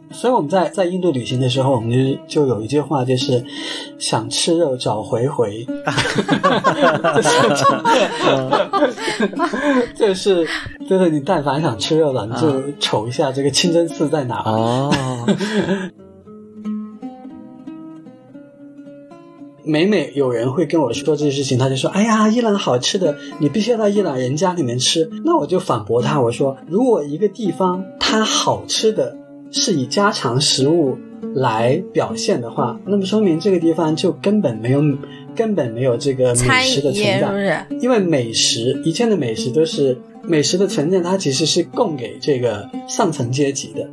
所以我们在印度旅行的时候，我们就有一句话，就是想吃肉找回回，就是你但凡想吃肉了，你就瞅一下这个清真寺在哪。哦。每有人会跟我说这些事情，他就说哎呀，伊朗好吃的你必须要到伊朗人家里面吃。那我就反驳他，我说如果一个地方它好吃的是以家常食物来表现的话，那么说明这个地方就根本没有这个美食的存在， 是不是？ 因为美食，一切的美食都是美食的存在，它其实是供给这个上层阶级的。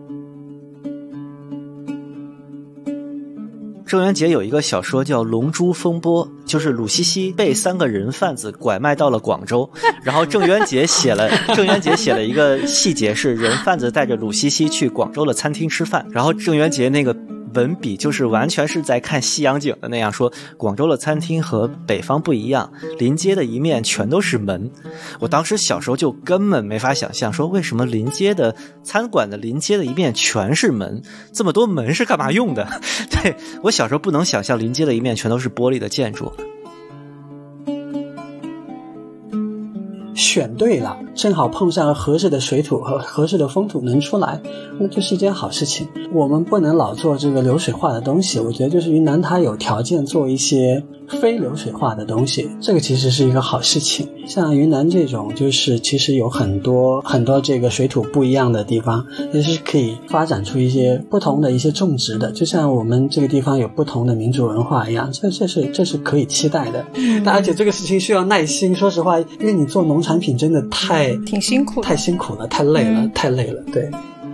郑渊洁有一个小说叫《龙珠风波》，就是鲁西西被3个人贩子拐卖到了广州，然后郑渊洁写了一个细节，是人贩子带着鲁西西去广州的餐厅吃饭，然后郑渊洁那个文笔就是完全是在看西洋景的那样，说广州的餐厅和北方不一样，临街的一面全都是门。我当时小时候就根本没法想象，说为什么临街的餐馆的临街的一面全是门，这么多门是干嘛用的？对，我小时候不能想象临街的一面全都是玻璃的建筑。 选对了，正好碰上了合适的水土和合适的风土能出来，那就是一件好事情。我们不能老做这个流水化的东西，我觉得就是云南它有条件做一些非流水化的东西，这个其实是一个好事情。像云南这种就是其实有很多这个水土不一样的地方，也是可以发展出一些不同的一些种植的，就像我们这个地方有不同的民族文化一样，这是可以期待的。但而且这个事情需要耐心，说实话，因为你做农产品真的挺辛苦的， 太辛苦了，太累了，太累了，对。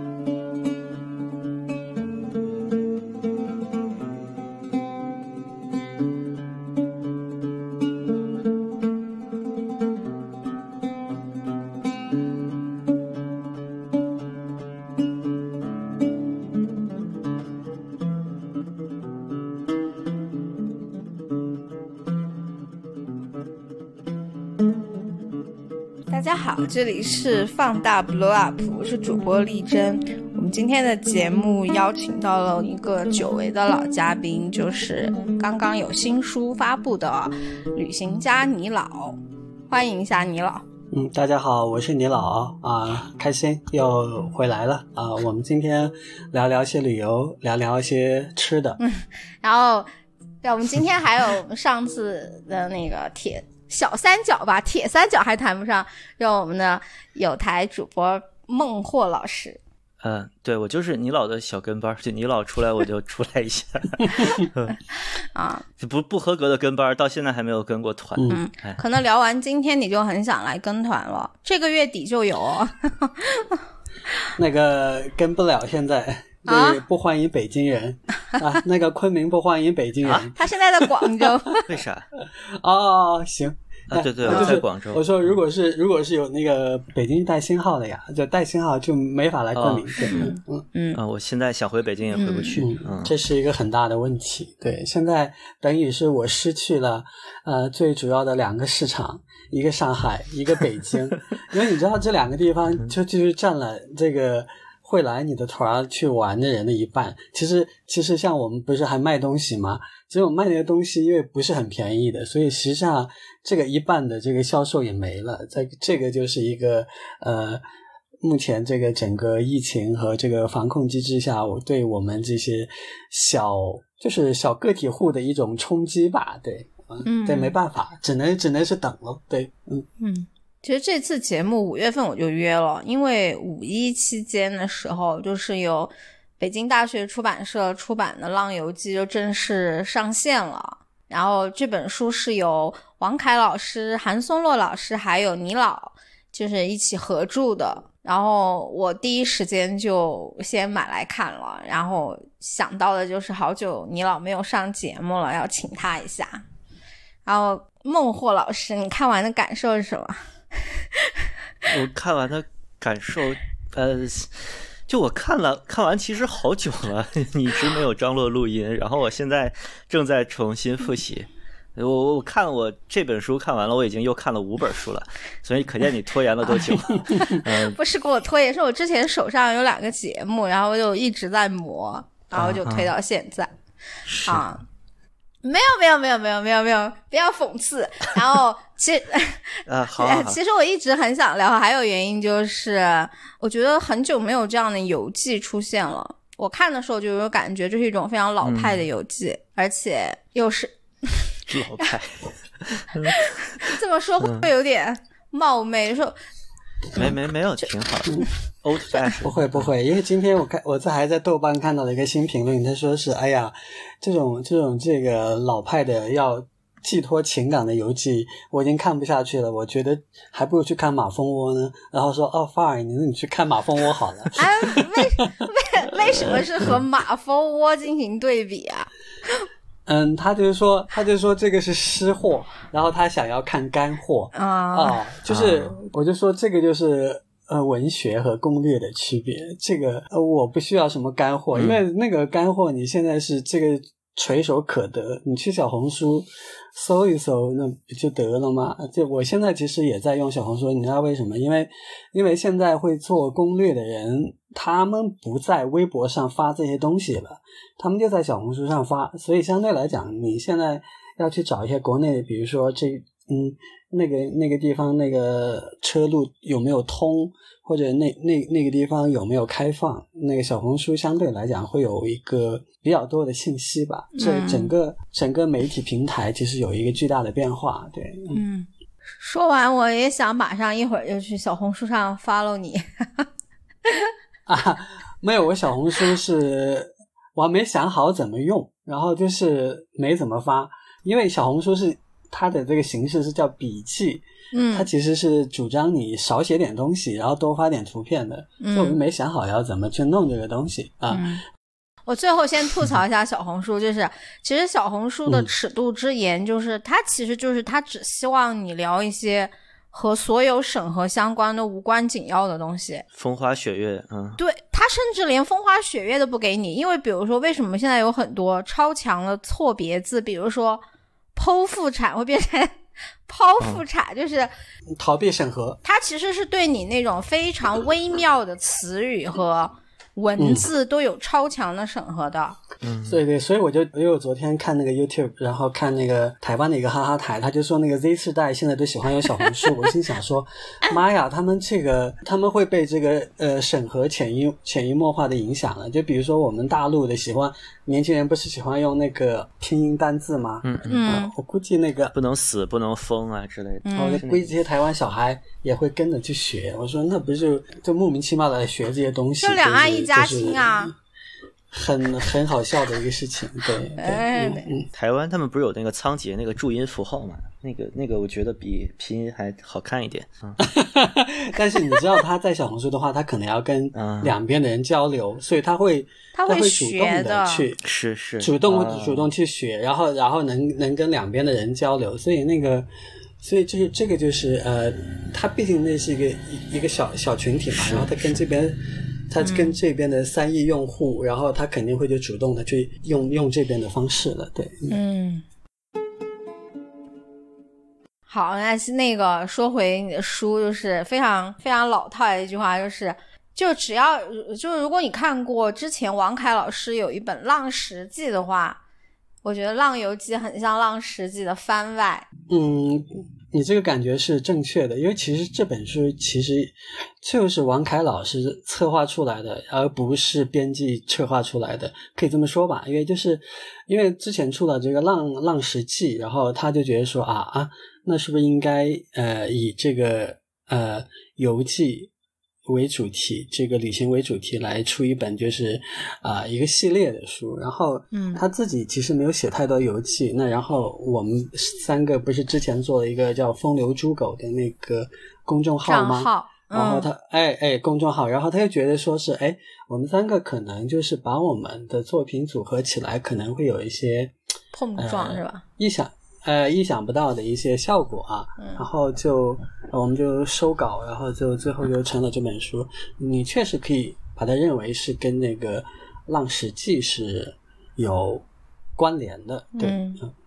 大家好，这里是放大 Blow Up， 我是主播丽珍。我们今天的节目邀请到了一个久违的老嘉宾，就是刚刚有新书发布的旅行家倪老，欢迎一下倪老。 大家好，我是倪老开心又回来了我们今天聊一些旅游，聊一些吃的。 然后我们今天还有上次的那个小三角吧，铁三角还谈不上，让我们的有台主播孟获老师。 对，我就是倪老的小跟班，就倪老出来我就出来一下。不合格的跟班，到现在还没有跟过团。 可能聊完今天你就很想来跟团了，这个月底就有哦。 那个跟不了，现在不欢迎北京人那个昆明不欢迎北京人。 他现在在广州。 为啥？ 行。 对，我在广州。 我说如果是有那个北京带星号的呀，就带星号就没法来昆明。 我现在想回北京也回不去。 这是一个很大的问题。对，现在等于是我失去了最主要的2个市场，一个上海，一个北京。因为你知道这2个地方就是占了这个会来你的团去玩的人的一半。其实像我们不是还卖东西吗？其实我卖那个东西因为不是很便宜的，所以实际上这个一半的这个销售也没了。这个就是一个目前这个整个疫情和这个防控机制下，我对我们这些小个体户的一种冲击吧。对，对，没办法，只能是等了。对， 其实这次节目5月份我就约了，因为5·1期间的时候，就是有北京大学出版社出版的《浪游记》就正式上线了。然后这本书是由王凯老师、韩松洛老师还有倪老就是一起合著的。然后我第一时间就先买来看了，然后想到的就是好久倪老没有上节目了，要请他一下。然后孟获老师，你看完的感受是什么？ 我看完的感受就我看完其实好久了，你一直没有张罗录音，然后我现在正在重新复习。 我看我这本书看完了，我已经又看了5本书了，所以可见你拖延了多久。 不是给我拖延，是我之前手上有2个节目，然后就一直在磨，然后就推到现在。啊，没有，不要讽刺。然后其实好， 其实我一直很想聊，还有原因就是我觉得很久没有这样的游记出现了。我看的时候就有感觉这是一种非常老派的游记，而且又是老派。 这么说会有点冒昧，说没有，挺好的。Old fashion 不会，因为今天我还在豆瓣看到了一个新评论，他说是哎呀，这种这个老派的要寄托情感的游记，我已经看不下去了，我觉得还不如去看马蜂窝呢。然后说哦 ，fine， 你去看马蜂窝好了。 哎，为什么是和马蜂窝进行对比啊？ 他就说这个是湿货，然后他想要看干货就是我就说这个就是文学和攻略的区别。这个我不需要什么干货，因为那个干货你现在是这个垂手可得，你去小红书搜一搜那不就得了吗？就我现在其实也在用小红书，你知道为什么？因为现在会做攻略的人他们不在微博上发这些东西了，他们就在小红书上发，所以相对来讲你现在要去找一些国内，比如说那个地方那个车路有没有通，或者那个地方有没有开放，那个小红书相对来讲会有一个比较多的信息吧。这整个媒体平台其实有一个巨大的变化。对， 说完我也想马上一会儿就去小红书上 follow 你。 没有，我小红书我还没想好怎么用，然后就是没怎么发，因为小红书是它的这个形式是叫笔记，它其实是主张你少写点东西，然后多发点图片的，所以我就没想好要怎么去弄这个东西啊。 我最后先吐槽一下小红书，就是其实小红书的尺度之严，就是它其实就是它只希望你聊一些和所有审核相关的无关紧要的东西， 风花雪月。 对，他甚至连风花雪月都不给你。因为比如说为什么现在有很多超强的错别字，比如说剖腹产会变成剖腹产，就是逃避审核， 它其实是对你那种非常微妙的词语和文字都有超强的审核的。 对，所以因为我昨天看那个 YouTube， 然后看那个台湾的一个哈哈台，他就说那个 Z 世代现在都喜欢用小红书，我心想说妈呀，他们会被这个审核潜移默化的影响了。就比如说我们大陆的年轻人不是喜欢用那个拼音单字吗？我估计那个不能死不能疯啊之类的， 我估计这些台湾小孩也会跟着去学。我说那不就莫名其妙的来学这些东西， 就两岸一家亲啊。 很好笑的一个事情。对， 台湾他们不是有那个仓颉那个注音符号嘛？那个我觉得比拼音还好看一点。 但是你知道他在小红书的话，他可能要跟两边的人交流，所以他会主动的去是主动去学，然后能跟两边的人交流，所以就是这个就是他毕竟那是一个小群体嘛，然后他跟这边的3亿用户，然后他肯定会就主动的去用这边的方式了。对， 好，那个说回你的书，就是非常非常老套的一句话，就如果你看过之前王凯老师有一本《浪食记》的话，我觉得《浪游记》很像《浪食记》的番外。 你这个感觉是正确的，因为其实这本书其实就是王凯老师策划出来的，而不是编辑策划出来的，可以这么说吧。因为之前出了这个浪食记，然后他就觉得说那是不是应该以这个游记为主题，这个旅行为主题来出一本就是一个系列的书。然后他自己其实没有写太多游记，那然后我们3个不是之前做了一个叫风流猪狗的那个公众号吗？ 账号， 然后他公众号，然后他就觉得说是我们3个可能就是把我们的作品组合起来，可能会有一些碰撞，是吧？ 意想不到的一些效果啊，然后我们就收稿，然后就最后就成了这本书。你确实可以把它认为是跟那个《浪食记》是有关联的，对。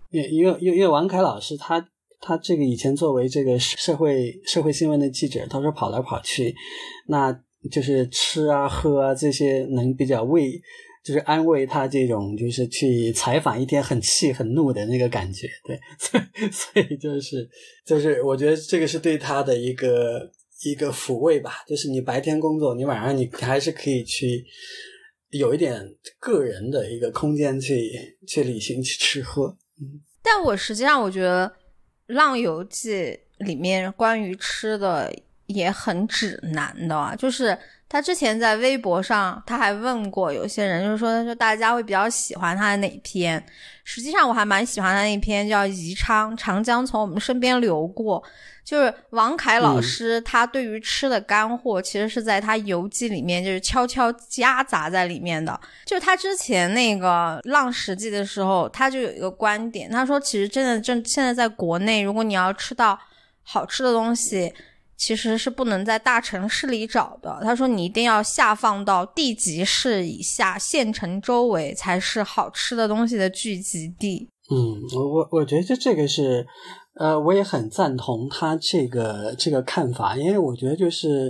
因为王凯老师他这个以前作为这个社会新闻的记者，他说跑来跑去，那就是吃啊喝啊这些能比较就是安慰他这种就是去采访一天很气很怒的那个感觉，对，所以就是我觉得这个是对他的一个抚慰吧，就是你白天工作，你晚上你还是可以去有一点个人的一个空间去旅行去吃喝。 但我实际上我觉得《浪游记》里面关于吃的也很指南的，就是他之前在微博上他还问过有些人，就是说大家会比较喜欢他的哪篇，实际上我还蛮喜欢他那篇叫宜昌，长江从我们身边流过，就是王凯老师他对于吃的干货其实是在他游记里面就是悄悄夹杂在里面的。就是他之前那个浪食记的时候，他就有一个观点，他说其实现在在国内，如果你要吃到好吃的东西其实是不能在大城市里找的，他说你一定要下放到地级市以下县城周围才是好吃的东西的聚集地。 我觉得这个是我也很赞同他这个看法，因为我觉得就是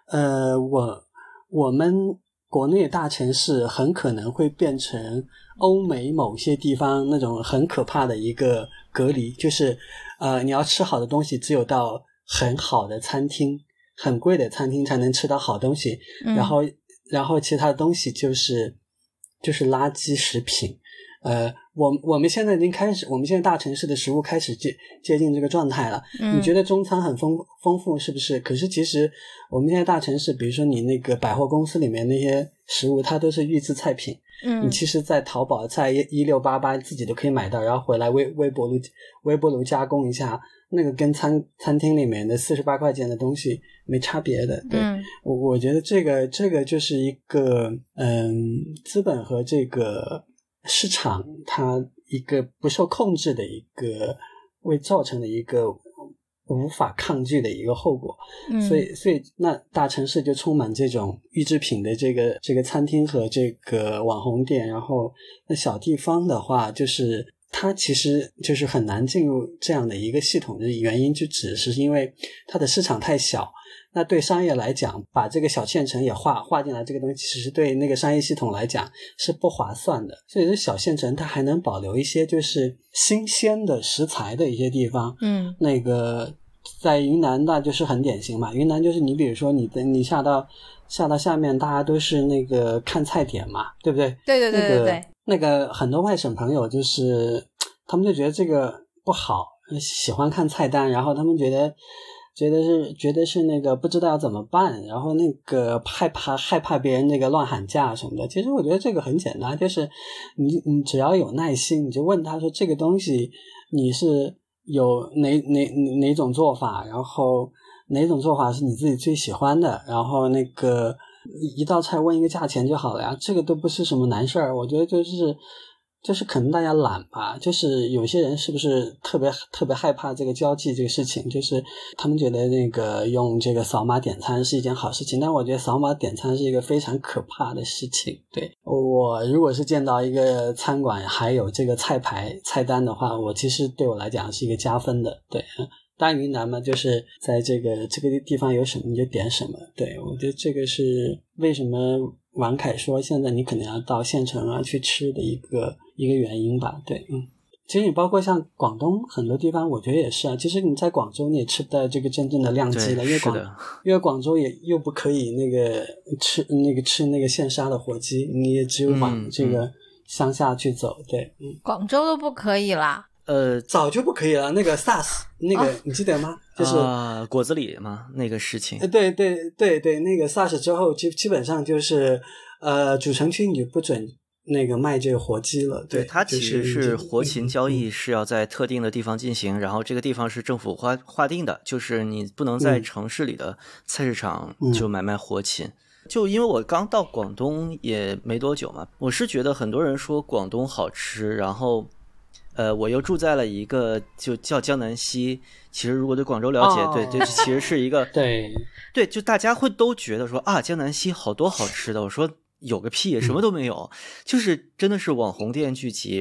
我们国内大城市很可能会变成欧美某些地方那种很可怕的一个隔离，就是你要吃好的东西只有到很好的餐厅很贵的餐厅才能吃到好东西，然后其他的东西就是垃圾食品。我们现在已经开始，我们现在大城市的食物开始接近这个状态了。你觉得中餐很丰富是不是？可是其实我们现在大城市，比如说你那个百货公司里面那些食物，它都是预制菜品。你其实在淘宝在1688自己都可以买到，然后回来微波炉加工一下，那个跟餐厅里面的48块钱的东西没差别的。对，我觉得这个就是一个资本和这个市场它一个不受控制的一个会造成的一个无法抗拒的一个后果。所以那大城市就充满这种预制品的这个餐厅和这个网红店，然后那小地方的话就是它其实就是很难进入这样的一个系统的原因，就只是因为它的市场太小。那对商业来讲，把这个小县城也划进来，这个东西其实对那个商业系统来讲是不划算的。所以这小县城它还能保留一些就是新鲜的食材的一些地方。那个在云南那就是很典型嘛，云南就是你比如说你下到下面大家都是那个看菜点嘛，对不对？ 对。 那个很多外省朋友就是他们就觉得这个不好，喜欢看菜单，然后他们觉得是那个不知道要怎么办，然后那个害怕别人那个乱喊价什么的。其实我觉得这个很简单，就是你只要有耐心，你就问他说这个东西你是有哪种做法，然后哪种做法是你自己最喜欢的，然后那个一道菜问一个价钱就好了呀，这个都不是什么难事儿。我觉得就是可能大家懒吧，就是有些人是不是特别害怕这个交际这个事情，就是他们觉得那个用这个扫码点餐是一件好事情，但我觉得扫码点餐是一个非常可怕的事情。对，我如果是见到一个餐馆还有这个菜单的话，我其实对我来讲是一个加分的。对，当然云南嘛，就是在这个地方有什么你就点什么。对，我觉得这个是为什么王凯说现在你可能要到县城啊去吃的一个原因吧。对，其实你包括像广东很多地方我觉得也是啊，其实你在广州你也吃不到这个真正的亮鸡了，因为广州也又不可以那个吃那个现杀的火鸡，你也只有往这个乡下去走。对， 广州都不可以啦。 早就不可以了，那个 SARS 那个你记得吗？就是果子狸嘛，那个事情。 对，那个 SARS 之后基本上就是主城区你就不准那个卖这个活鸡了。对， 它其实是活禽交易是要在特定的地方进行，然后这个地方是政府划定的，就是你不能在城市里的菜市场就买卖活禽。就因为我刚到广东也没多久嘛，我是觉得很多人说广东好吃，然后我又住在了一个就叫江南西，其实如果对广州了解，对，其实是一个对， 就大家会都觉得说啊，江南西好多好吃的。我说有个屁，什么都没有，就是真的是网红店聚集。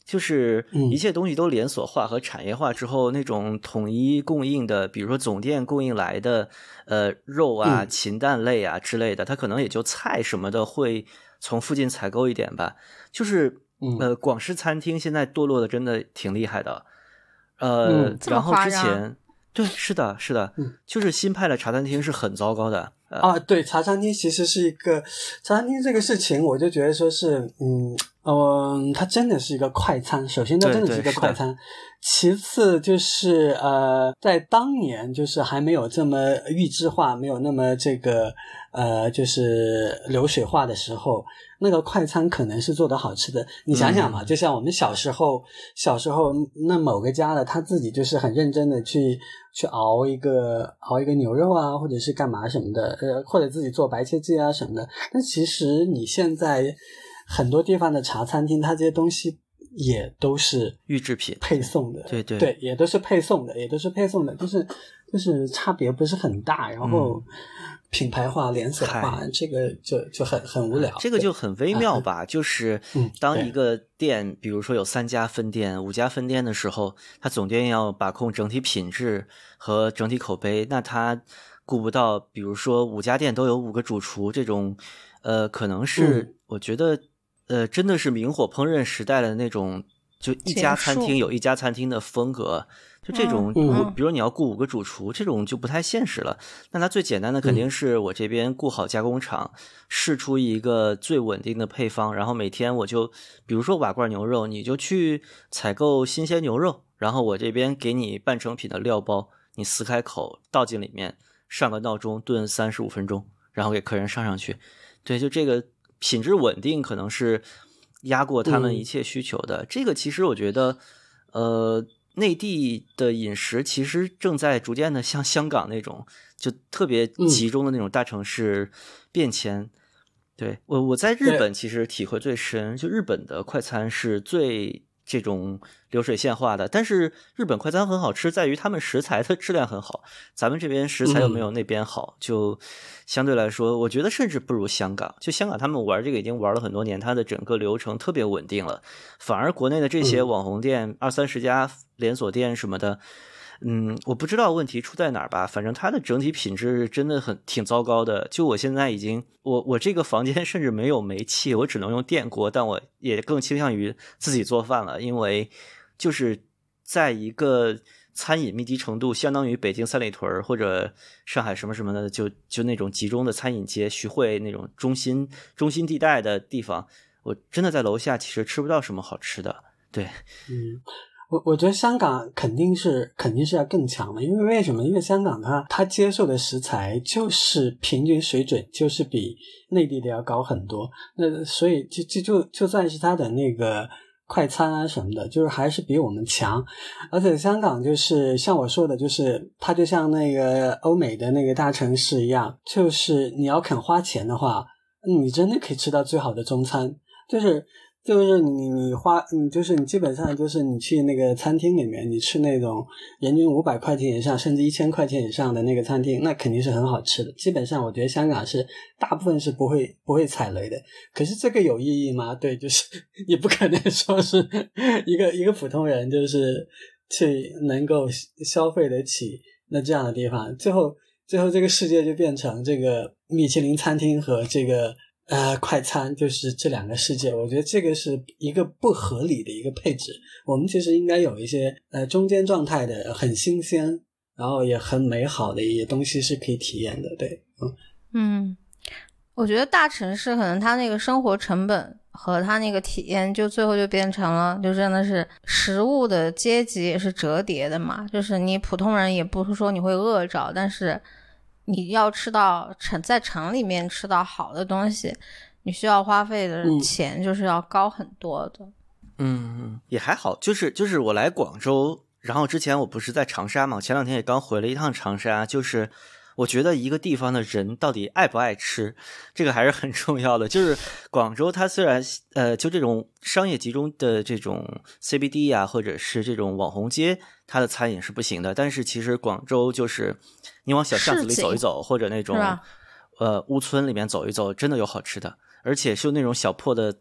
就是一切东西都连锁化和产业化之后，那种统一供应的，比如说总店供应来的肉啊、禽蛋类啊之类的，它可能也就菜什么的会从附近采购一点吧。就是广式餐厅现在堕落的真的挺厉害的。然后之前对，是的，就是新派的茶餐厅是很糟糕的。 对，茶餐厅其实是一个茶餐厅这个事情，我就觉得说是，它真的是一个快餐。首先，它真的是一个快餐。其次就是在当年就是还没有这么预制化，没有那么这个就是流水化的时候，那个快餐可能是做得好吃的。你想想嘛，就像我们小时候那某个家的他自己就是很认真的去熬一个牛肉啊，或者是干嘛什么的，或者自己做白切鸡啊什么的。但其实你现在很多地方的茶餐厅，它这些东西也都是预制品配送的， 对， 也都是配送的，就是差别不是很大，然后品牌化、连锁化，这个就很无聊。 这个就很微妙吧，就是当一个店，比如说有3家分店、5家分店的时候，它总店要把控整体品质和整体口碑，那它顾不到，比如说5家店都有5个主厨这种，可能是我觉得。真的是明火烹饪时代的那种，就一家餐厅有一家餐厅的风格，就这种，比如你要雇5个主厨，这种就不太现实了。那它最简单的肯定是我这边雇好加工厂，试出一个最稳定的配方，然后每天我就，比如说瓦罐牛肉，你就去采购新鲜牛肉，然后我这边给你半成品的料包，你撕开口倒进里面，上个闹钟炖35分钟，然后给客人上去。对，就这个。品质稳定可能是压过他们一切需求的。这个其实我觉得，内地的饮食其实正在逐渐的像香港那种就特别集中的那种大城市变迁。对，我在日本其实体会最深，就日本的快餐是最这种流水线化的，但是日本快餐很好吃，在于他们食材的质量很好，咱们这边食材又没有那边好，就相对来说我觉得甚至不如香港。就香港他们玩这个已经玩了很多年，它的整个流程特别稳定了，反而国内的这些网红店20-30家连锁店什么的，我不知道问题出在哪儿吧，反正它的整体品质真的挺糟糕的。就我现在已经我这个房间甚至没有煤气，我只能用电锅，但我也更倾向于自己做饭了，因为就是在一个餐饮密集程度相当于北京三里屯或者上海什么什么的，就那种集中的餐饮街，徐汇那种中心地带的地方，我真的在楼下其实吃不到什么好吃的。对， 我觉得香港肯定是要更强的，因为什么？因为香港它接受的食材就是平均水准，就是比内地的要高很多。那所以就算是它的那个快餐啊什么的，就是还是比我们强。而且香港就是像我说的，就是它就像那个欧美的那个大城市一样，就是你要肯花钱的话，你真的可以吃到最好的中餐，就是你就是你基本上就是你去那个餐厅里面，你吃那种人均500块钱以上甚至1000块钱以上的那个餐厅，那肯定是很好吃的。基本上我觉得香港是大部分是不会踩雷的。可是这个有意义吗？对，就是你不可能说是一个普通人就是去能够消费得起那这样的地方。最后这个世界就变成这个米其林餐厅和这个快餐，就是这两个世界。我觉得这个是一个不合理的一个配置。我们其实应该有一些中间状态的很新鲜然后也很美好的一些东西是可以体验的。对， 我觉得大城市可能它那个生活成本和它那个体验就最后就变成了，就真的是食物的阶级也是折叠的嘛，就是你普通人也不是说你会饿着，但是你要吃到在城里面吃到好的东西，你需要花费的钱就是要高很多的。 也还好，就是我来广州，然后之前我不是在长沙嘛，前2天也刚回了一趟长沙，就是我觉得一个地方的人到底爱不爱吃，这个还是很重要的。就是广州它虽然就这种商业集中的这种 CBD 啊，或者是这种网红街，它的餐饮是不行的，但是其实广州就是你往小巷子里走一走，或者那种屋村里面走一走，真的有好吃的，而且是那种小破的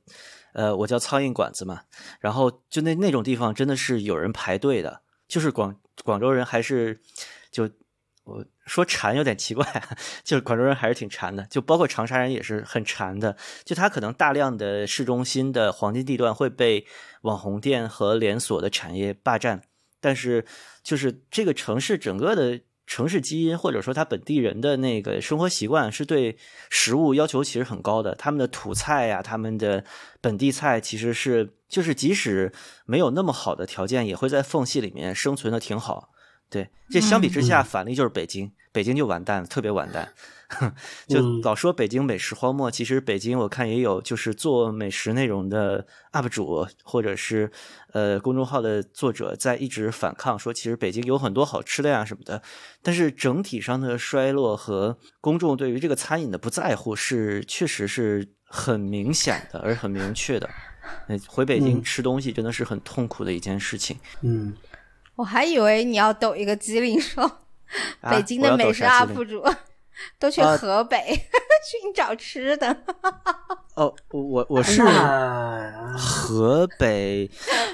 我叫苍蝇馆子嘛，然后就那种地方真的是有人排队的，就是广州人还是就我说馋有点奇怪，就是广州人还是挺馋的，就包括长沙人也是很馋的，就他可能大量的市中心的黄金地段会被网红店和连锁的产业霸占，但是就是这个城市整个的城市基因或者说他本地人的那个生活习惯是对食物要求其实很高的，他们的土菜呀，他们的本地菜其实是就是即使没有那么好的条件也会在缝隙里面生存的挺好。对，这相比之下反例就是北京，北京就完蛋了，特别完蛋。就老说北京美食荒漠，其实北京我看也有就是做美食内容的 UP 主或者是公众号的作者在一直反抗，说其实北京有很多好吃的呀什么的，但是整体上的衰落和公众对于这个餐饮的不在乎是确实是很明显的，而很明确的。回北京吃东西真的是很痛苦的一件事情。 我还以为你要抖一个机灵说，北京的美食 UP 主都去河北寻找吃的。 哦，我是河北，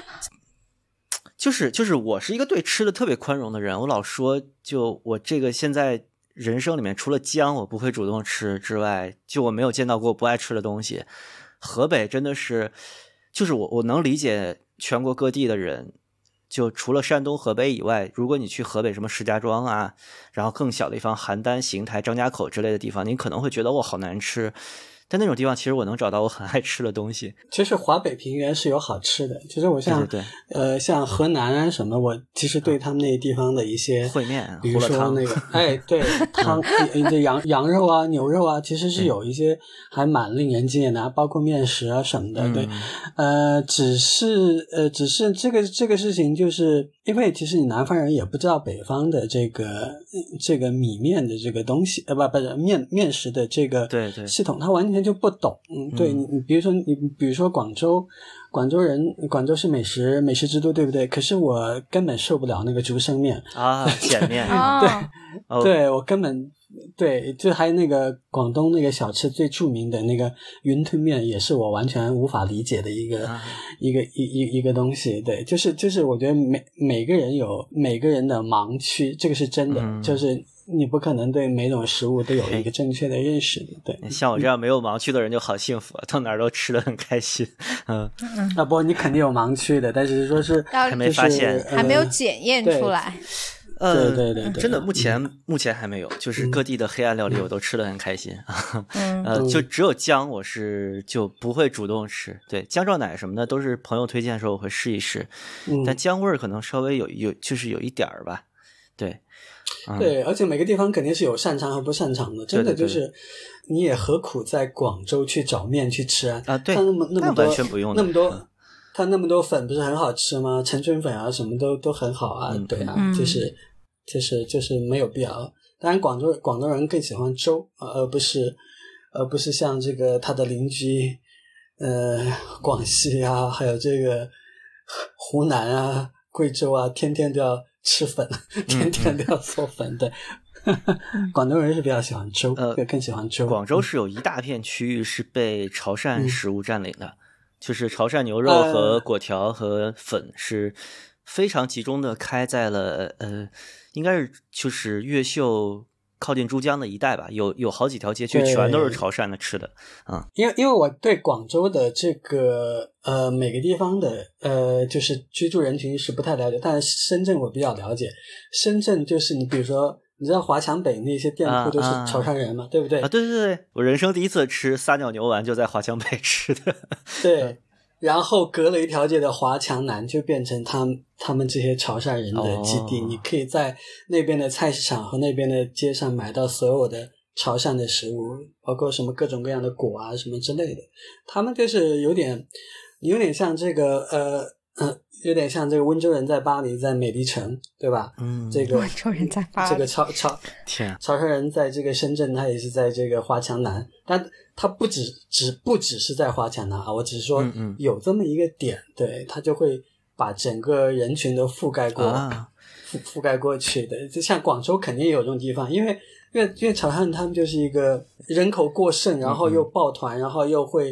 就是我是一个对吃的特别宽容的人，我老说就我这个现在人生里面除了姜我不会主动吃之外，就我没有见到过不爱吃的东西。河北真的是，就是我能理解全国各地的人。就除了山东、河北以外，如果你去河北什么石家庄啊，然后更小的地方邯郸、邢台、张家口之类的地方，你可能会觉得哇好难吃，但那种地方其实我能找到我很爱吃的东西。 其实华北平原是有好吃的，其实我像对像河南啊什么，我其实对他们那些地方的一些烩面， 比如说那个对汤这羊肉啊、牛肉啊，其实是有一些还蛮令人惊艳的，包括面食啊什么的。对，只是这个事情，就是因为其实你南方人也不知道北方的这个米面的这个东西，不是面食的这个系统，他完全就不懂。对你比如说广州是美食之都，对不对？可是我根本受不了那个竹升面啊，碱面。 对，我根本对，就还有那个广东那个小吃最著名的那个云吞面，也是我完全无法理解的一个东西。对，就是我觉得每个人有每个人的盲区，这个是真的，就是你不可能对每种食物都有一个正确的认识的。对， 像我这样没有盲区的人就好幸福，到哪儿都吃得很开心。 不，你肯定有盲区的，但是说是还没发现， 还没有检验出来。 对， 真的目前还没有，就是各地的黑暗料理我都吃得很开心。就只有姜我是就不会主动吃，对，姜撞奶什么的都是朋友推荐的时候我会试一试，但姜味儿可能稍微就是有一点儿吧。对， 对，而且每个地方肯定是有擅长和不擅长的，真的就是你也何苦在广州去找面去吃啊？ 对， 那么多完全不用的， 那么多。它那么多粉不是很好吃吗？陈春粉啊什么都很好啊，对啊，就是没有必要。当然广东人更喜欢粥而不是像这个他的邻居广西啊，还有这个湖南啊、贵州啊，天天都要吃粉，天天都要做粉的。广东人是比较喜欢粥，更喜欢粥。 广州是有一大片区域是被潮汕食物占领的。就是潮汕牛肉和粿条和粉是非常集中的开在了应该是就是越秀靠近珠江的一带吧，有好几条街区全都是潮汕的吃的因为我对广州的这个每个地方的就是居住人群是不太了解，但是深圳我比较了解。深圳就是你比如说你知道华强北那些店铺都是潮汕人嘛，对不对？ 对，我人生第一次吃撒尿牛丸就在华强北吃的。 对，然后隔了一条街的华强南就变成他们这些潮汕人的基地，你可以在那边的菜市场和那边的街上买到所有的潮汕的食物，包括什么各种各样的果啊什么之类的。他们就是有点像这个有点像这个温州人在巴黎，在美丽城，对吧？这个温州人在巴黎， 这个潮汕人在这个深圳，他也是在这个华强南，但他不只是在华强南啊，我只是说有这么一个点，对，他就会把整个人群都覆盖过去的。就像广州肯定也有这种地方，因为潮汕他们就是一个人口过剩，然后又抱团，然后又会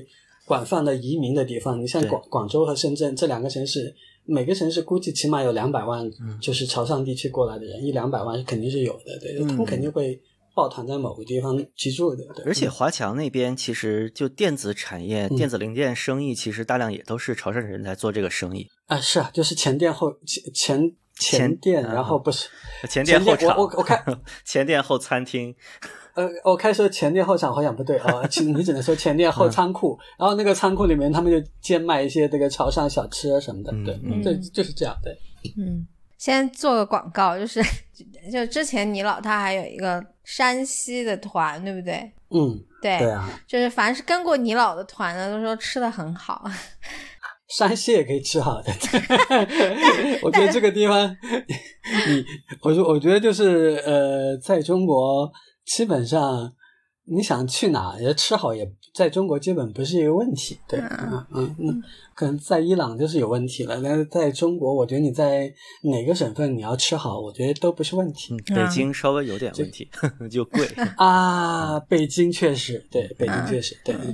广泛的移民的地方。你像广州和深圳这2个城市，每个城市估计起码有200万，就是潮汕地区过来的人，100-200万肯定是有的，对，他们肯定会抱团在某个地方居住的。对， 而且华强那边其实就电子产业、电子零件生意，其实大量也都是潮汕人在做这个生意啊。是啊，就是前店后前店，然后不是前店后厂， 我看前店后餐厅。 我开始说前店后厂好像不对啊，你只能说前店后仓库，然后那个仓库里面他们就兼卖一些这个潮汕小吃什么的，对，就是这样，对。 先做个广告，就之前你老他还有一个山西的团，对不对？对啊， 就是凡是跟过你老的团呢，都说吃的很好。 山西也可以吃好的，我觉得这个地方，我觉得就是在中国。基本上你想去哪也吃好，也在中国基本不是一个问题，对，可能在伊朗就是有问题了，但是在中国我觉得你在哪个省份你要吃好，我觉得都不是问题。 北京稍微有点问题，就贵啊，北京确实，对，北京确实，对。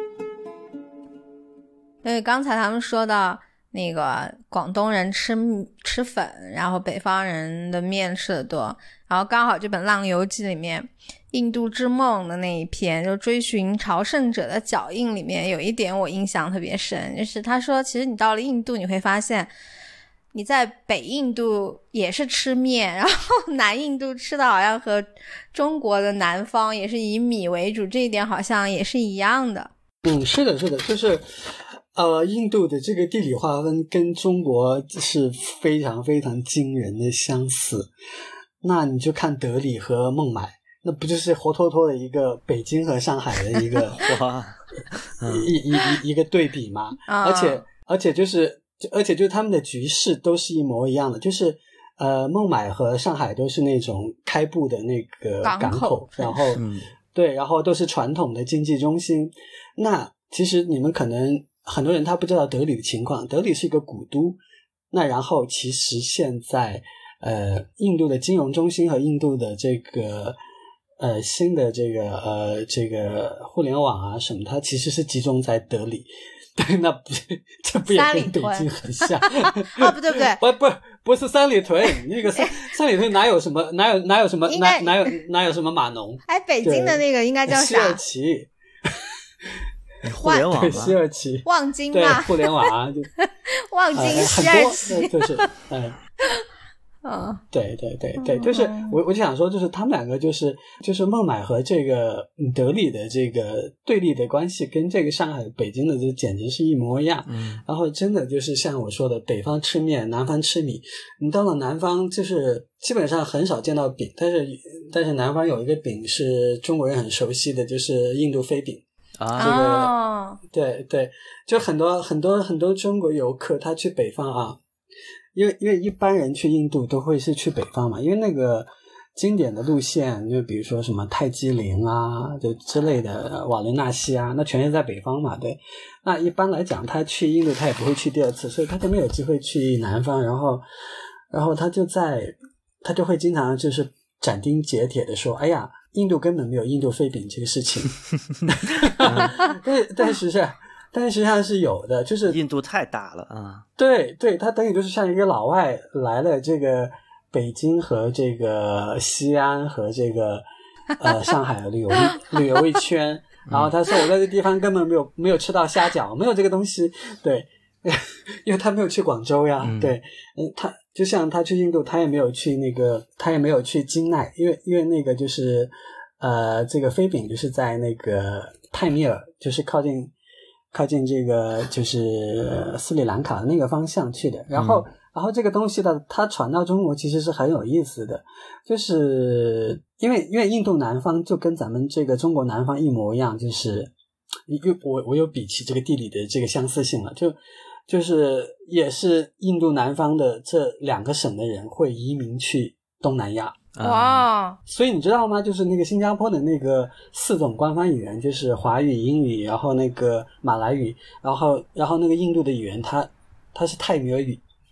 对，刚才他们说到那个广东人吃粉，然后北方人的面吃的多，然后刚好这本《浪游记》里面印度之梦的那一篇，就追寻朝圣者的脚印里面有一点我印象特别深，就是他说其实你到了印度你会发现你在北印度也是吃面，然后南印度吃的好像和中国的南方也是以米为主，这一点好像也是一样的。 是的就是印度的这个地理划分跟中国是非常非常惊人的相似。那你就看德里和孟买，那不就是活脱脱的一个北京和上海的一个一个对比吗？而且就是他们的局势都是一模一样的，就是孟买和上海都是那种开埠的那个港口，然后对，然后都是传统的经济中心。那其实你们可能很多人他不知道德里的情况，德里是一个古都，那然后其实现在印度的金融中心和印度的这个新的这个互联网啊什么，它其实是集中在德里。对，那这不也跟北京很像？ 哦，不对， 不是三里屯，那个三里屯哪有什么哪有什么码农？ 哎，北京的那个应该叫啥？ 西二旗。 互联网对，西二旗， 望京嘛， 对，互联网啊， 望京西二旗， 就是对，就是我就想说，就是他们两个就是孟买和这个德里的这个对立的关系，跟这个上海、北京的这简直是一模一样。然后真的就是像我说的，北方吃面，南方吃米。你到了南方，就是基本上很少见到饼，但是南方有一个饼是中国人很熟悉的，就是印度飞饼。对，就很多中国游客他去北方啊，因为一般人去印度都会是去北方嘛，因为那个经典的路线，就比如说什么泰姬陵啊，就之类的瓦伦纳西啊，那全是在北方嘛，对。那一般来讲，他去印度他也不会去第二次，所以他就没有机会去南方，然后他就会经常就是斩钉截铁的说，哎呀，印度根本没有印度飞饼这个事情。但实际上是有的，就是印度太大了啊。 对，他等于就是像一个老外来了这个北京和这个西安和这个上海旅游一圈，然后他说我在这地方根本没有吃到虾饺，没有这个东西，对，因为他没有去广州呀，对，他就像他去印度，他也没有去金奈，因为那个就是这个飞饼就是在那个泰米尔，就是靠近这个就是斯里兰卡的那个方向去的，然后这个东西呢，它传到中国其实是很有意思的，就是因为印度南方就跟咱们这个中国南方一模一样，就是我有比起这个地理的这个相似性了，就是也是印度南方的这2个省的人会移民去东南亚。 哇！ 所以你知道吗？就是那个新加坡的那个4种官方语言，就是华语、英语，然后那个马来语，然后那个印度的语言，它是泰米尔语。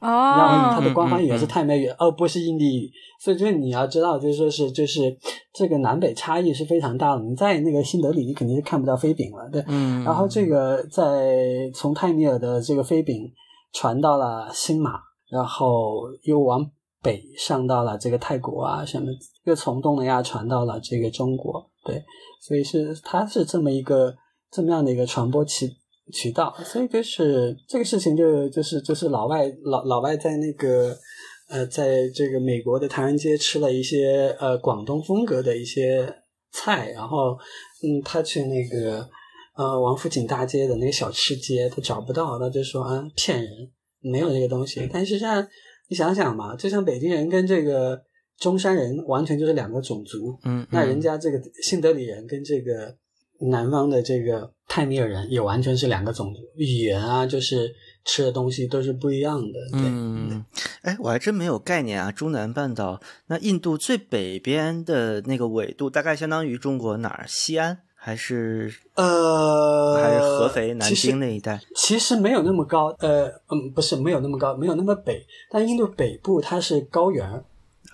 哦， 它的官方语言是泰美语，不是印地语。所以就是你要知道，就是说是就是这个南北差异是非常大的。你在那个新德里，你肯定是看不到飞饼了，对。然后这个从泰米尔的这个飞饼传到了新马，然后又往北上到了这个泰国啊什么，又从东南亚传到了这个中国，对。所以它是这么样的一个传播渠道。所以就是这个事情就是老外在那个在这个美国的唐人街吃了一些广东风格的一些菜，然后他去那个王府井大街的那个小吃街他找不到，他就说骗人，没有这个东西。但是像你想想嘛，就像北京人跟这个中山人完全就是两个种族，那人家这个新德里人跟这个南方的这个泰米尔人也完全是两个种族，语言啊就是吃的东西都是不一样的。对， 我还真没有概念啊。中南半岛那印度最北边的那个纬度大概相当于中国哪儿？西安还是还是合肥南京那一带？ 其实没有那么高，不是没有那么高，没有那么北。但印度北部它是高原，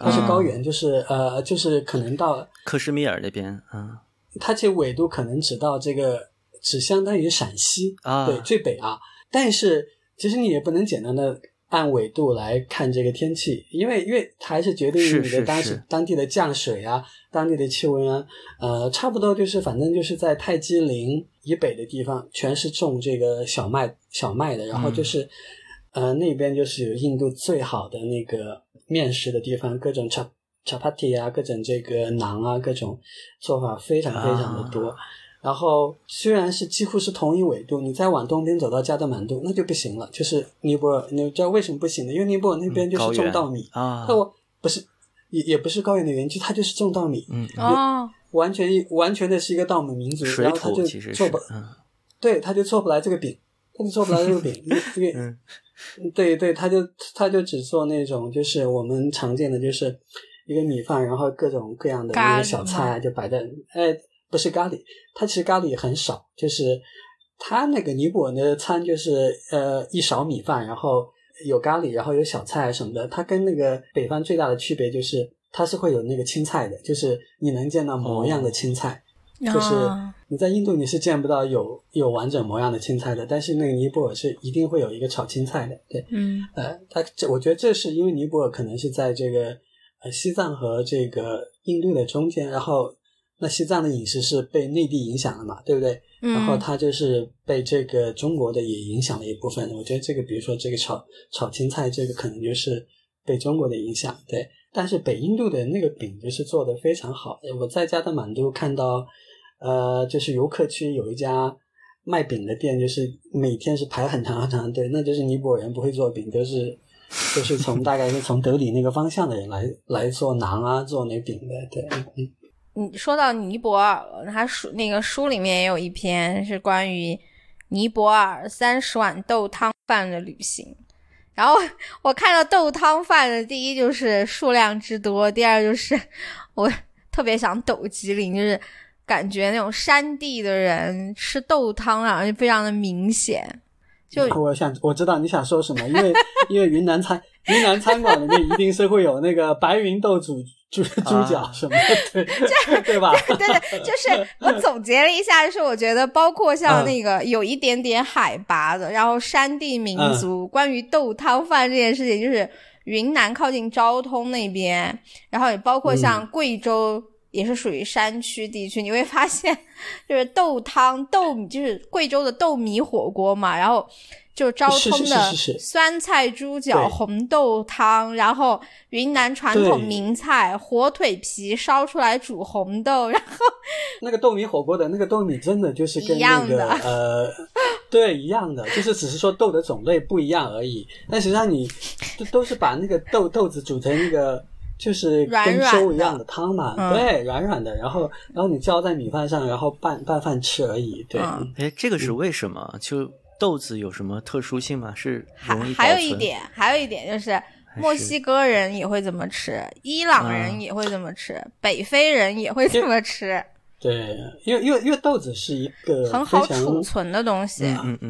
就是可能到克什米尔那边， 它其实纬度可能只相当于陕西对，最北啊。但是其实你也不能简单的按纬度来看这个天气，因为它还是决定于你的当地的降水啊，当地的气温啊。差不多就是反正就是在泰姬陵以北的地方全是种这个小麦的，然后就是那边就是有印度最好的那个面食的地方，各种chapati 啊，各种这个馕啊，各种做法非常非常的多。然后虽然是几乎是同一纬度，你再往东边走到加德满都那就不行了，就是尼泊尔。你知道为什么不行呢？因为尼泊尔那边就是种稻米那我不是也不是高原的原居，它就是种稻米，完全的是一个稻米民族，然后他就做不对，他就做不来这个饼，因为对，他就只做那种就是我们常见的就是一个米饭，然后各种各样的那个小菜就摆在不是咖喱，它其实咖喱很少，就是它那个尼泊尔的餐就是一勺米饭，然后有咖喱，然后有小菜什么的。它跟那个北方最大的区别就是它是会有那个青菜的，就是你能见到模样的青菜，就是你在印度你是见不到有完整模样的青菜的，但是那个尼泊尔是一定会有一个炒青菜的，对，我觉得这是因为尼泊尔可能是在这个西藏和这个印度的中间，然后那西藏的饮食是被内地影响了嘛，对不对？然后它就是被这个中国的也影响了一部分。我觉得这个比如说这个炒青菜这个可能就是被中国的影响，对。但是北印度的那个饼就是做得非常好。我在加德满都看到就是游客区有一家卖饼的店，就是每天是排很长很长的队，那就是尼泊尔人不会做饼，都是大概是从德里那个方向的人来做馕啊，做那饼的，对。 你说到尼泊尔，他那个书里面也有一篇是关于尼泊尔30碗豆汤饭的旅行。然后我看到豆汤饭的第一就是数量之多，第二就是我特别想抖机灵，就是感觉那种山地的人吃豆汤然后就非常的明显。就我知道你想说什么，因为云南餐馆里面一定是会有那个白云豆煮猪脚什么的，对吧？ 对，就是我总结了一下，就是我觉得包括像那个有一点点海拔的，然后山地民族，关于豆汤饭这件事情，就是云南靠近昭通那边，然后也包括像贵州。也是属于山区地区，你会发现就是豆米，就是贵州的豆米火锅嘛，然后就昭通的酸菜猪脚红豆汤，然后云南传统名菜火腿皮烧出来煮红豆，然后那个豆米火锅的那个豆米真的就是跟那个对一样的，就是只是说豆的种类不一样而已，但实际上你都是把那个豆子煮成那个就是跟粥一样的汤嘛，对，软软的，然后你浇在米饭上，然后拌饭吃而已，对。 这个是为什么？就豆子有什么特殊性吗？是容易保存？ 还有一点就是墨西哥人也会这么吃，伊朗人也会这么吃，北非人也会这么吃。 对，因为豆子是一个很好储存的东西。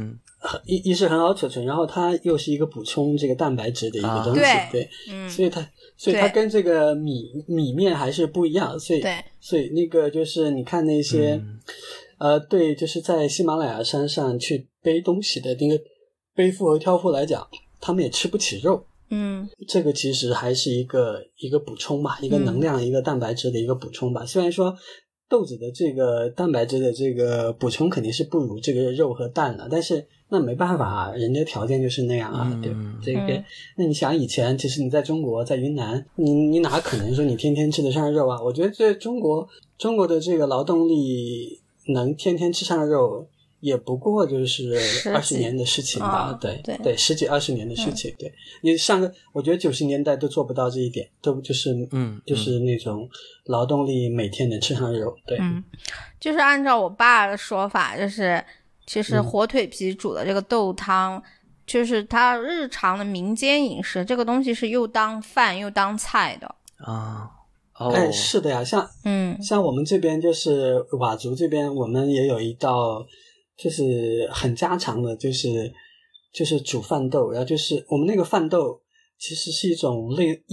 一是很好储存，然后它又是一个补充这个蛋白质的一个东西，对，所以它跟这个米面还是不一样，所以那个就是你看那些对，就是在喜马拉雅山上去背东西的那个背夫和挑夫来讲，他们也吃不起肉。这个其实还是一个补充吧，一个能量一个蛋白质的一个补充吧。虽然说豆子的这个蛋白质的这个补充肯定是不如这个肉和蛋的，但是那没办法啊，人家条件就是那样啊，对这个。那你想以前其实你在中国在云南，你哪可能说你天天吃得上肉啊？我觉得这中国的这个劳动力能天天吃上肉也不过就是20年的事情吧，对10几20年的事情，对。你我觉得90年代都做不到这一点，都就是就是那种劳动力每天能吃上肉，对。 就是按照我爸的说法，就是其实火腿皮煮的这个豆汤，就是他日常的民间饮食，这个东西是又当饭又当菜的啊。 哎，是的呀，像我们这边就是佤族这边，我们也有一道就是很家常的，就是煮饭豆，然后就是我们那个饭豆其实是一种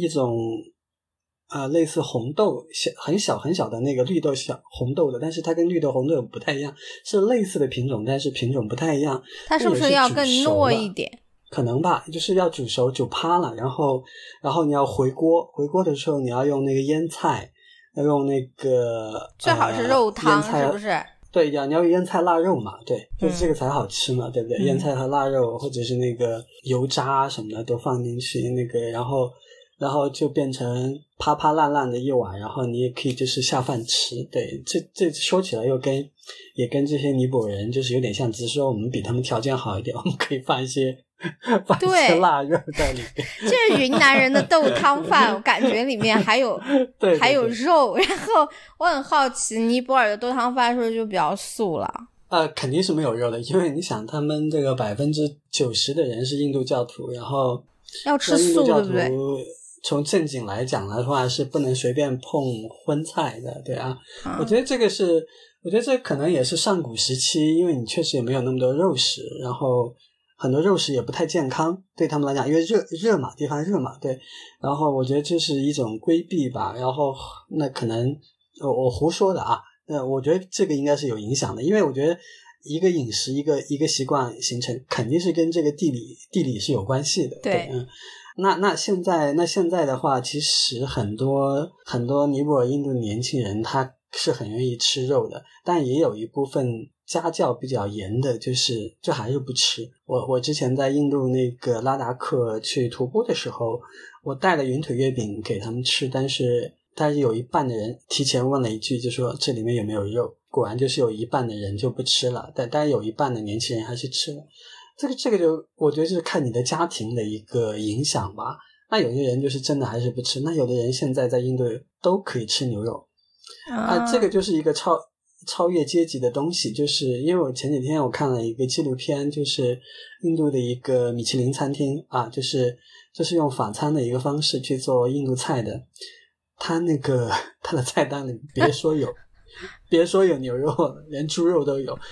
类似红豆很小很小的那个绿豆小红豆的，但是它跟绿豆红豆不太一样，是类似的品种，但是品种不太一样。 它是不是要更糯一点？ 可能吧，就是要煮熟煮趴了，然后你要回锅的时候你要用那个腌菜，要用那个最好是肉汤，是不是？ 对，你要用腌菜腊肉嘛，对，就是这个才好吃嘛，对不对？腌菜和腊肉或者是那个油渣什么的都放进去，那个然后就变成啪啪烂烂的一碗，然后你也可以就是下饭吃。对，这说起来也跟这些尼泊尔人就是有点像，只是说我们比他们条件好一点，我们可以放一些腊肉在里面。 这是云南人的豆汤饭，我感觉里面还有对还有肉。然后我很好奇，尼泊尔的豆汤饭是不是就比较素了？ 肯定是没有肉的，因为你想他们这个90%的人是印度教徒，然后要吃素，对不对？ 从正经来讲的话是不能随便碰荤菜的，对啊。我觉得这可能也是上古时期，因为你确实也没有那么多肉食，然后很多肉食也不太健康对他们来讲，因为热嘛，地方热嘛，对。然后我觉得这是一种规避吧，然后那可能我胡说的啊，我觉得这个应该是有影响的，因为我觉得一个饮食一个习惯形成肯定是跟这个地理是有关系的，对。那现在的话，其实很多尼泊尔印度年轻人他是很愿意吃肉的，但也有一部分家教比较严的，就还是不吃。我之前在印度那个拉达克去徒步的时候，我带了云腿月饼给他们吃，但是有一半的人提前问了一句，就说这里面有没有肉，果然就是有一半的人就不吃了，但有一半的年轻人还是吃了。这个就我觉得就是看你的家庭的一个影响吧。那有些人就是真的还是不吃，那有的人现在在印度都可以吃牛肉这个就是一个超越阶级的东西。就是因为我前几天我看了一个纪录片，就是印度的一个米其林餐厅就是用法餐的一个方式去做印度菜的，他的菜单里别说有牛肉了，连猪肉都有。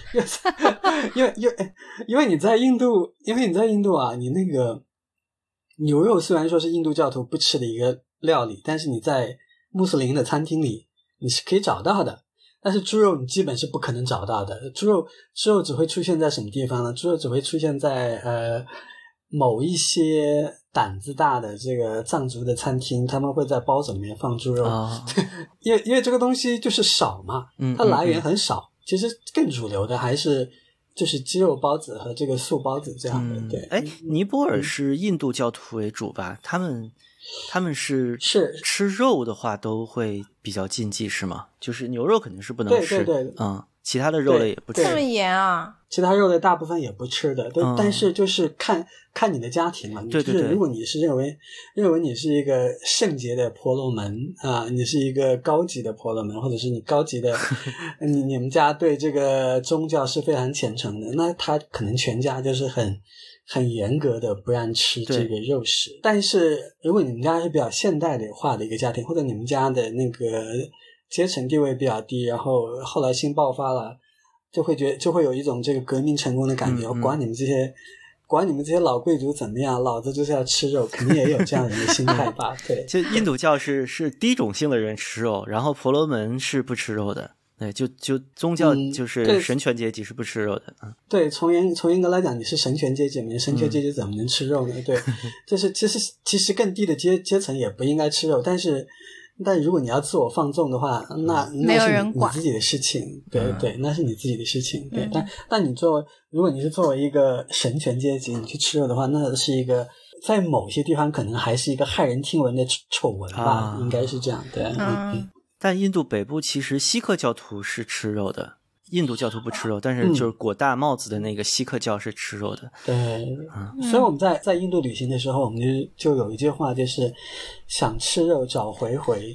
因为你在印度啊，你那个牛肉虽然说是印度教徒不吃的一个料理，但是你在穆斯林的餐厅里你是可以找到的。但是猪肉你基本是不可能找到的，猪肉只会出现在什么地方呢？猪肉只会出现在某一些胆子大的这个藏族的餐厅，他们会在包子里面放猪肉因为这个东西就是少嘛，它来源很少。其实更主流的还是就是鸡肉包子和这个素包子这样的。对， 尼泊尔是印度教徒为主吧？他们是吃肉的话都会比较禁忌是吗？就是牛肉肯定是不能吃， 对， 其他的肉类也不吃。 这么严啊？ 其他肉类大部分也不吃的，但是就是看你的家庭嘛。 对， 就是如果你是认为你是一个圣洁的婆罗门你是一个高级的婆罗门，或者是你高级的你们家对这个宗教是非常虔诚的，那他可能全家就是很严格的不让吃这个肉食。但是如果你们家是比较现代化的一个家庭，或者你们家的那个阶层地位比较低，然后后来新爆发了就会有一种这个革命成功的感觉，管你们这些老贵族怎么样，老子就是要吃肉，肯定也有这样人的心态吧？对， 就印度教是低种姓的人吃肉，然后婆罗门是不吃肉的。对，就宗教就是神权阶级是不吃肉的。 对，从严格来讲，你是神权阶级嘛？神权阶级怎么能吃肉呢？对，就是其实更低的阶层也不应该吃肉，但如果你要自我放纵的话，那是你自己的事情。对对，那是你自己的事情。对，但如果你是作为一个神权阶级，你去吃肉的话，那是一个在某些地方可能还是一个骇人听闻的丑闻吧，应该是这样。对， 但印度北部其实锡克教徒是吃肉的，印度教徒不吃肉，但是就是裹大帽子的那个锡克教是吃肉的。 对，所以我们在印度旅行的时候，我们就有一句话，就是想吃肉找回回。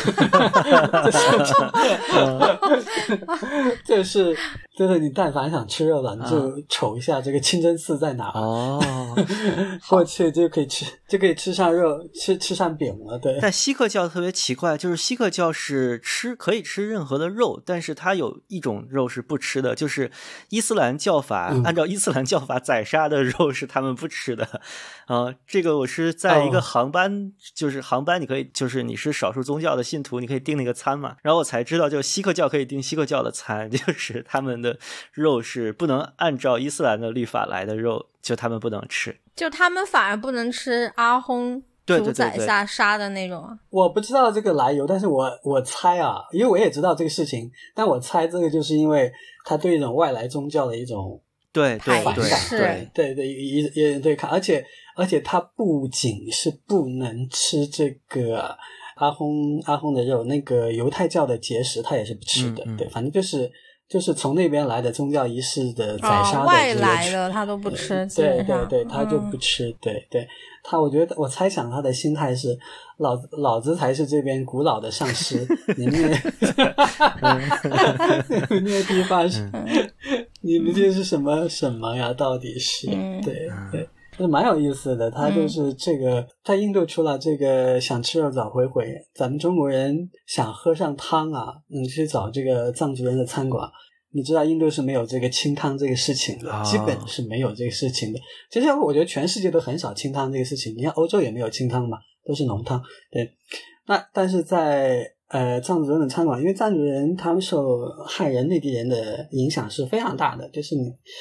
就是你但凡想吃肉了，你就瞅一下这个清真寺在哪过去就可以吃上肉，吃上饼了。对。 但锡克教特别奇怪，就是锡克教是可以吃任何的肉，但是它有一种肉是不吃的，就是伊斯兰教法，按照伊斯兰教法宰杀的肉是他们不吃的。这个我是在一个航班，就是航班你可以，就是你是少数宗教的信徒，你可以订那个餐嘛，然后我才知道，就锡克教可以订锡克教的餐，就是他们的肉是不能按照伊斯兰的律法来的肉，就他们不能吃， 就他们反而不能吃阿訇主宰下杀的那种。 我不知道这个来由，但是我猜啊，因为我也知道这个事情，但我猜这个就是因为他对一种外来宗教的一种对反感，对看，而且他不仅是不能吃这个阿訇的肉，那个犹太教的节食他也是不吃的。对，反正就是从那边来的宗教仪式的宰杀的外来的他都不吃。 对，他就不吃。对，我觉得我猜想他的心态是老子才是这边古老的上师，你们那个地方是你们这是什么呀？到底是对。就蛮有意思的，他就是这个在印度除了这个想吃肉找回回，咱们中国人想喝上汤啊，你去找这个藏族人的餐馆，你知道印度是没有这个清汤这个事情的，基本是没有这个事情的。其实我觉得全世界都很少清汤这个事情，你看欧洲也没有清汤嘛，都是浓汤。对，但是在藏族人的餐馆，因为藏族人他们受汉人内地人的影响是非常大的，就是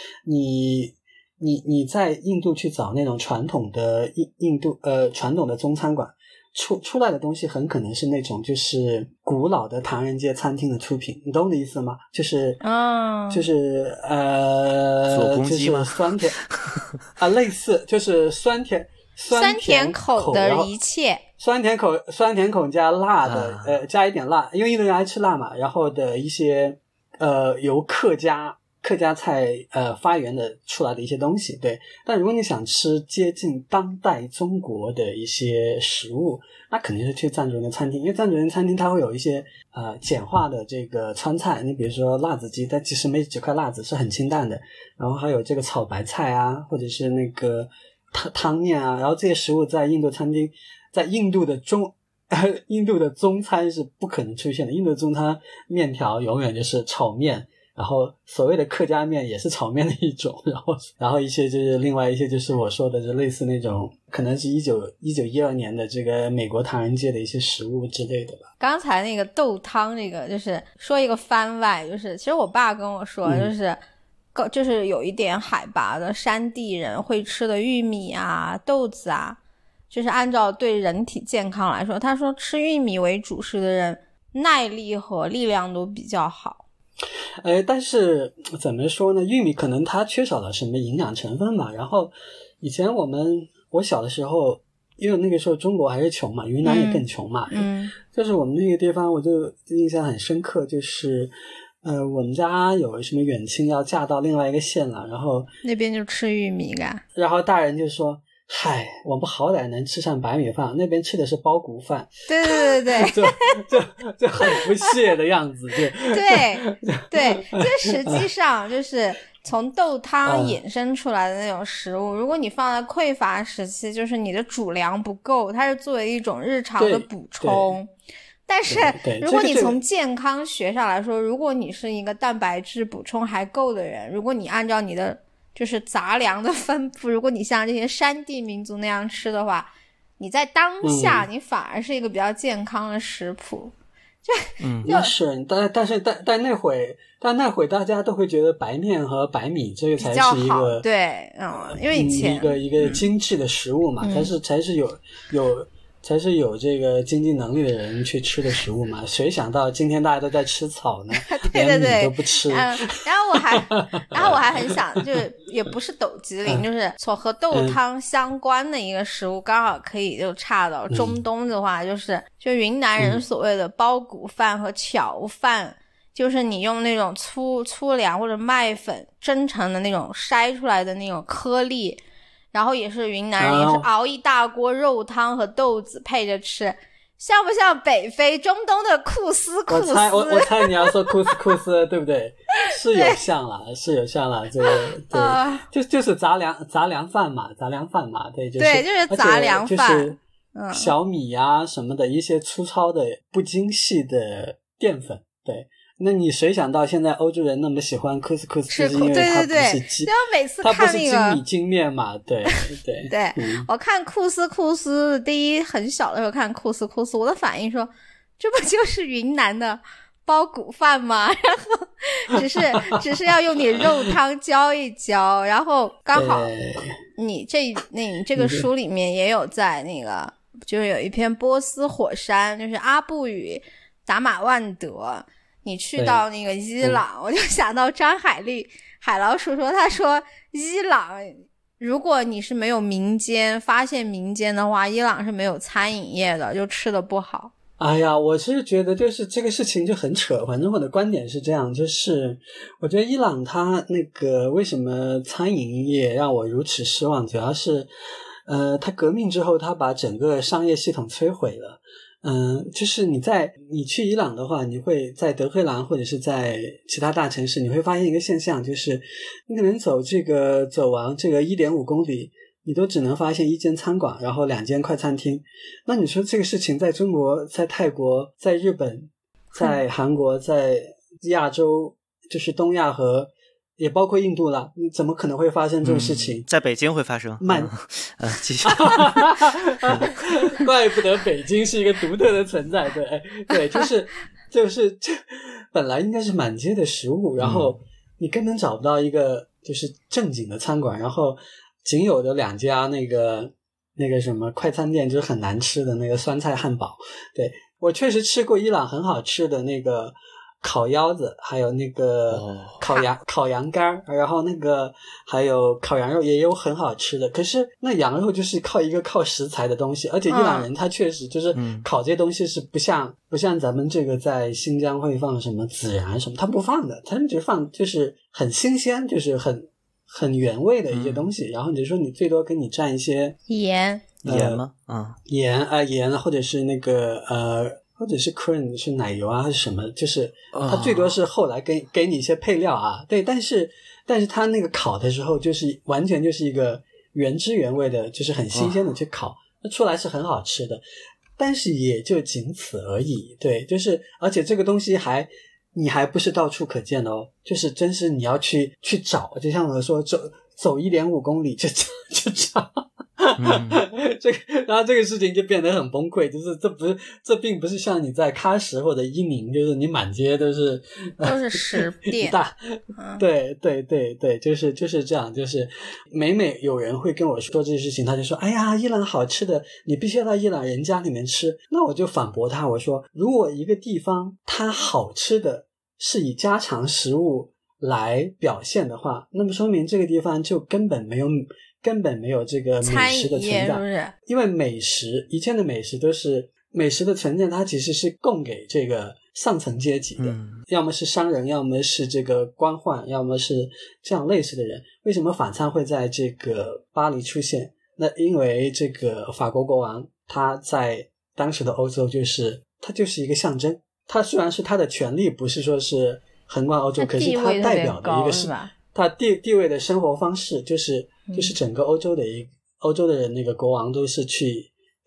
你在印度去找那种传统的传统的中餐馆，出来的东西很可能是那种就是古老的唐人街餐厅的出品，你懂我的意思吗？就是左公鸡吗？ 就是酸甜类似就是酸甜口的一切， 酸甜口加辣的加一点辣，因为印度人爱吃辣嘛，然后的一些由客家菜发源的出来的一些东西。对，但如果你想吃接近当代中国的一些食物，那肯定是去藏族人的餐厅，因为藏族人餐厅它会有一些简化的这个川菜，你比如说辣子鸡，它其实没几块辣子，是很清淡的，然后还有这个炒白菜啊，或者是那个汤面啊，然后这些食物在印度餐厅，在印度的中餐是不可能出现的，印度的中餐面条永远就是炒面，然后所谓的客家面也是炒面的一种，然后一些就是另外一些就是我说的就类似那种可能是1912年的这个美国唐人街的一些食物之类的吧。 刚才那个豆汤这个就是说一个番外，就是其实我爸跟我说就是有一点海拔的山地人会吃的玉米啊豆子啊，就是按照对人体健康来说，他说吃玉米为主食的人耐力和力量都比较好。 但是怎么说呢，玉米可能它缺少了什么营养成分嘛，然后以前我小的时候，因为那个时候中国还是穷嘛，云南也更穷嘛，就是我们那个地方我就印象很深刻，就是我们家有什么远亲要嫁到另外一个县了，然后那边就吃玉米干， 然后大人就说嗨，我们好歹能吃上白米饭，那边吃的是包谷饭。 对就很不屑的样子。 对，这实际上就是从豆汤衍生出来的那种食物，如果你放在匮乏时期，就是你的主粮不够，它是作为一种日常的补充。 但是对如果你从健康学上来说，如果你是一个蛋白质补充还够的人，如果你按照你的就是杂粮的分布，如果你像这些山地民族那样吃的话，你在当下你反而是一个比较健康的食谱。 那是，但那会大家都会觉得白面和白米这个才是一个对，因为以前一个精致的食物嘛，才是有这个经济能力的人去吃的食物嘛。谁想到今天大家都在吃草呢？ 对对对， 连米都不吃。 然后我还很想，就是也不是抖机灵，就是从和豆汤相关的一个食物，刚好可以就岔到中东的话，就云南人所谓的包谷饭和荞饭。就是你用那种粗粮或者麦粉蒸成的那种筛出来的那种颗粒，然后也是云南人也是熬一大锅肉汤和豆子配着吃，像不像北非中东的库斯？ 我猜你要说库斯对不对？是有像了，这个对，就是杂粮饭嘛，对， 就是杂粮饭， 就是小米啊什么的一些粗糙的不精细的淀粉，对。那你谁想到现在欧洲人那么喜欢库斯，就是因为它不是精， 每次看那个它不是精米精面嘛？对。 我看库斯第一很小的时候看库斯，我的反应说，这不就是云南的包谷饭吗？然后只是要用你肉汤浇一浇，然后刚好你这个书里面也有在那个，就是有一篇波斯火山，就是阿布与达玛万德。你去到那个伊朗，我就想到张海丽海老鼠说，他说伊朗如果你是没有发现民间的话，伊朗是没有餐饮业的，就吃的不好。 哎呀，我是觉得就是这个事情就很扯，反正我的观点是这样，就是我觉得伊朗它那个为什么餐饮业让我如此失望，主要是它革命之后它把整个商业系统摧毁了。就是你去伊朗的话，你会在德黑兰或者是在其他大城市，你会发现一个现象，就是你可能走完这个 1.5 公里，你都只能发现一间餐馆，然后2间快餐厅。那你说这个事情在中国、在泰国、在日本、在韩国、在亚洲，就是东亚和也包括印度了，你怎么可能会发生这种事情？ 在北京会发生。继续。 怪不得北京是一个独特的存在，对，就是本来应该是满街的食物，然后你根本找不到一个就是正经的餐馆，然后仅有的2家那个什么快餐店就是很难吃的那个酸菜汉堡。对，我确实吃过伊朗很好吃的那个烤腰子，还有那个烤羊肝，然后那个还有烤羊肉也有很好吃的。可是那羊肉就是靠食材的东西，而且伊朗人他确实就是烤这些东西是不像咱们这个在新疆会放什么孜然什么，他不放的，他们只放就是很新鲜，就是很原味的一些东西。然后你就说你最多给你蘸一些盐吗？ 盐或者是那个或者是 cream 是奶油啊还是什么，就是它最多是后来给你一些配料啊，对，但是它那个烤的时候就是完全就是一个原汁原味的，就是很新鲜的去烤，那出来是很好吃的，但是也就仅此而已，对，就是而且这个东西你还不是到处可见的哦，就是真是你要去找，就像我说走 1.5 公里去找。然后这个事情就变得很崩溃，就是这并不是像你在喀什或者伊宁，就是你满街都是食店对，就是这样，就是每有人会跟我说这些事情，他就说哎呀伊朗好吃的你必须要到伊朗人家里面吃，那我就反驳他，我说如果一个地方它好吃的是以家常食物来表现的话，那么说明这个地方就根本没有这个美食的存在，是不是？因为一切的美食都是美食的存在，它其实是供给这个上层阶级的，要么是商人，要么是这个官宦，要么是这样类似的人。为什么法餐会在这个巴黎出现？那因为这个法国国王他在当时的欧洲他就是一个象征，他虽然是他的权力不是说是横贯欧洲，可是他代表的一个是他地位的生活方式，就是整个欧洲的人那个国王都是去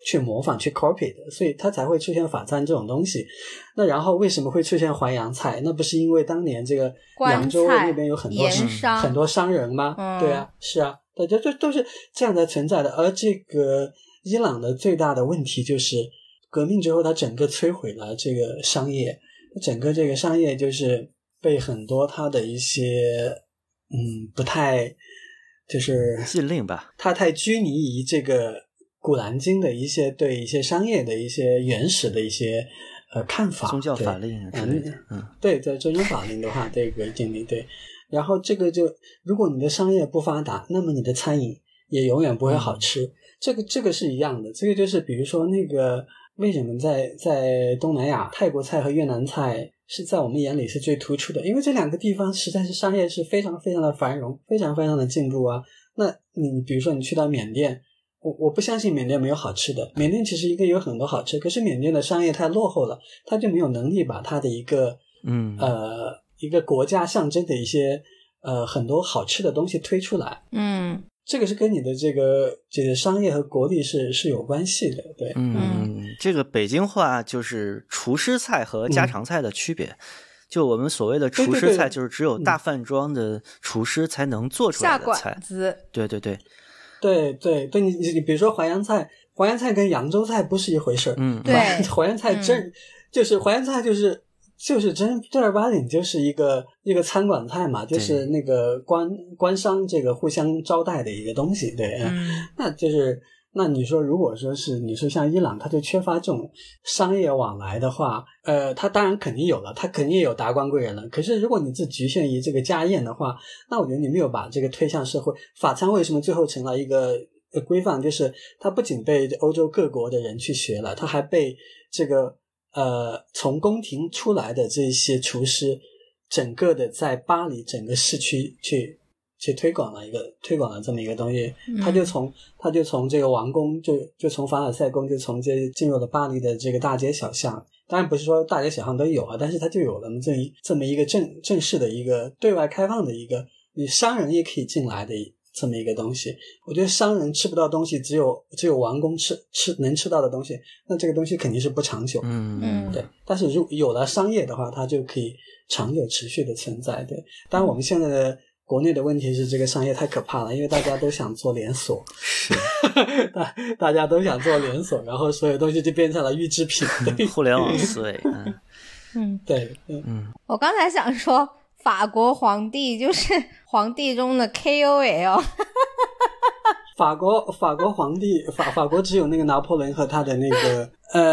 去模仿去 copy 的，所以它才会出现法餐这种东西。那然后为什么会出现淮扬菜？那不是因为当年这个扬州那边有很多商人吗？对啊，是啊，大家都是这样的存在的。而这个伊朗的最大的问题就是革命之后它整个摧毁了这个商业，整个这个商业就是被很多它的一些不太就是禁令吧， 它太拘泥于这个古兰经的一些对一些商业的一些原始的一些看法， 宗教法令之类的。 对对，宗教法令的话，这个禁令对。然后这个就如果你的商业不发达，那么你的餐饮也永远不会好吃。这个是一样的。这个就是比如说那个为什么在东南亚泰国菜和越南菜是在我们眼里是最突出的，因为这两个地方实在是商业是非常非常的繁荣，非常非常的进步啊。那你比如说你去到缅甸，我不相信缅甸没有好吃的，缅甸其实一个有很多好吃，可是缅甸的商业太落后了，它就没有能力把它的一个一个国家象征的一些很多好吃的东西推出来。这个是跟你的这个商业和国力是有关系的，对。 这个北京话就是厨师菜和家常菜的区别。就我们所谓的厨师菜，就是只有大饭庄的厨师才能做出来的菜。 下馆子。 对对对。 对，你比如说淮扬菜跟扬州菜不是一回事。 对， 淮扬菜就是淮扬菜就是真正儿八经就是一个餐馆菜嘛，就是那个官商这个互相招待的一个东西，对。那就是那你说如果说是你说像伊朗，它就缺乏这种商业往来的话，它当然肯定有了，它肯定也有达官贵人了。可是如果你只局限于这个家宴的话，那我觉得你没有把这个推向社会。法餐为什么最后成了一个规范，就是它不仅被欧洲各国的人去学了，它还被这个从宫廷出来的这些厨师整个的在巴黎整个市区去推广了这么一个东西。他就从这个王宫就从凡尔赛宫就从这进入了巴黎的这个大街小巷，当然不是说大街小巷都有啊，但是他就有了这么一个正式的一个对外开放的一个你商人也可以进来的这么一个东西。我觉得商人吃不到东西，只有王公能吃到的东西，那这个东西肯定是不长久。对。但是如果有了商业的话，它就可以长久持续的存在。对。当然我们现在的国内的问题是这个商业太可怕了，因为大家都想做连锁，大家都想做连锁，然后所有东西就变成了预制品。 互联网思维。 对。 我刚才想说法国皇帝就是皇帝中的 KOL。 法国皇帝法国只有那个拿破仑和他的那个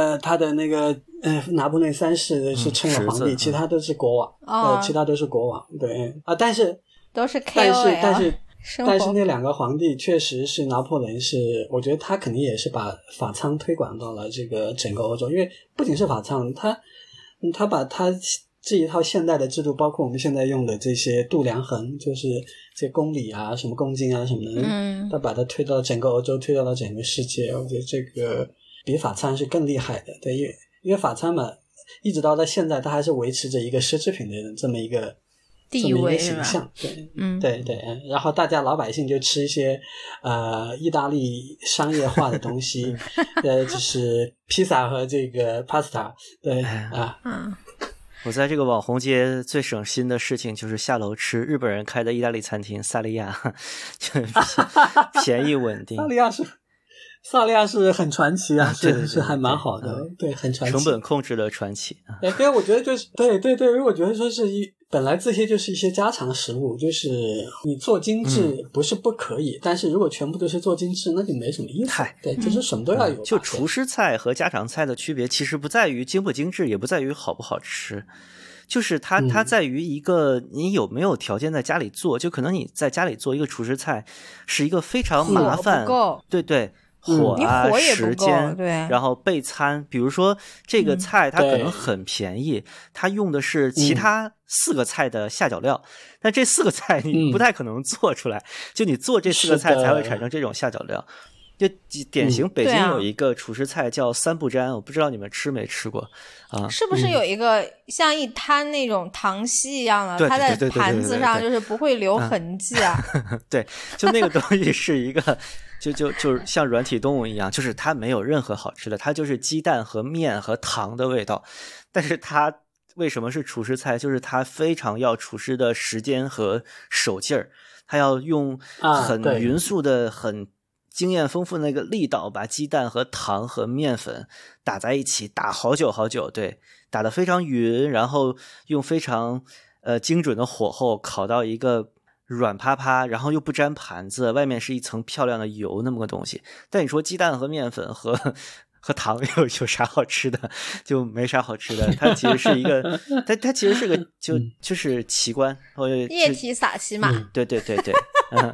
拿破仑三世是称了皇帝，其他都是国王。其他都是国王。对啊，但是都是 KOL。 但是那两个皇帝确实是拿破仑是，我觉得他肯定也是把法餐推广到了这个整个欧洲，因为不仅是法餐，他把他这一套现代的制度，包括我们现在用的这些度量衡，就是这公里啊、什么公斤啊什么的，他把它推到整个欧洲，推到了整个世界。我觉得这个比法餐是更厉害的，对，因为法餐嘛，一直到现在，它还是维持着一个奢侈品的这么一个地位形象。对，然后老百姓就吃一些意大利商业化的东西，就是披萨和这个 pasta。对啊。 我在这个网红街最省心的事情就是下楼吃日本人开的意大利餐厅萨利亚，就便宜稳定。 萨利亚是很传奇啊， 对是还蛮好的。对，很传奇， 成本控制的传奇。 对，我觉得就是对，因为我觉得说是本来这些就是一些家常食物，就是你做精致不是不可以，但是如果全部都是做精致，那就没什么意思。对，就是什么都要有。 就厨师菜和家常菜的区别，其实不在于精不精致，也不在于好不好吃，就是它在于一个你有没有条件在家里做。就可能你在家里做一个厨师菜是一个非常麻烦，对。火啊，时间， 对， 然后备餐。比如说这个菜它可能很便宜，它用的是其他4个菜的下脚料，但这4个菜你不太可能做出来，就你做这4个菜才会产生这种下脚料。 就典型北京有一个厨师菜叫三不沾，我不知道你们吃没吃过啊？ 是不是有一个像一摊那种糖稀一样的，它在盘子上就是不会留痕迹啊？ 对，就那个东西是一个就是像软体动物一样，就是它没有任何好吃的，它就是鸡蛋和面和糖的味道。但是它为什么是厨师菜？就是它非常要厨师的时间和手劲儿，它要用很匀速的、很经验丰富的那个力道，把鸡蛋和糖和面粉打在一起，打好久好久，对，打得非常匀，然后用非常精准的火候烤到一个软趴趴，然后又不沾盘子，外面是一层漂亮的油那么个东西。但你说鸡蛋和面粉和糖有啥好吃的？就没啥好吃的。它其实是一个，它其实是个就是奇观， 液体撒奇马。 对对对对。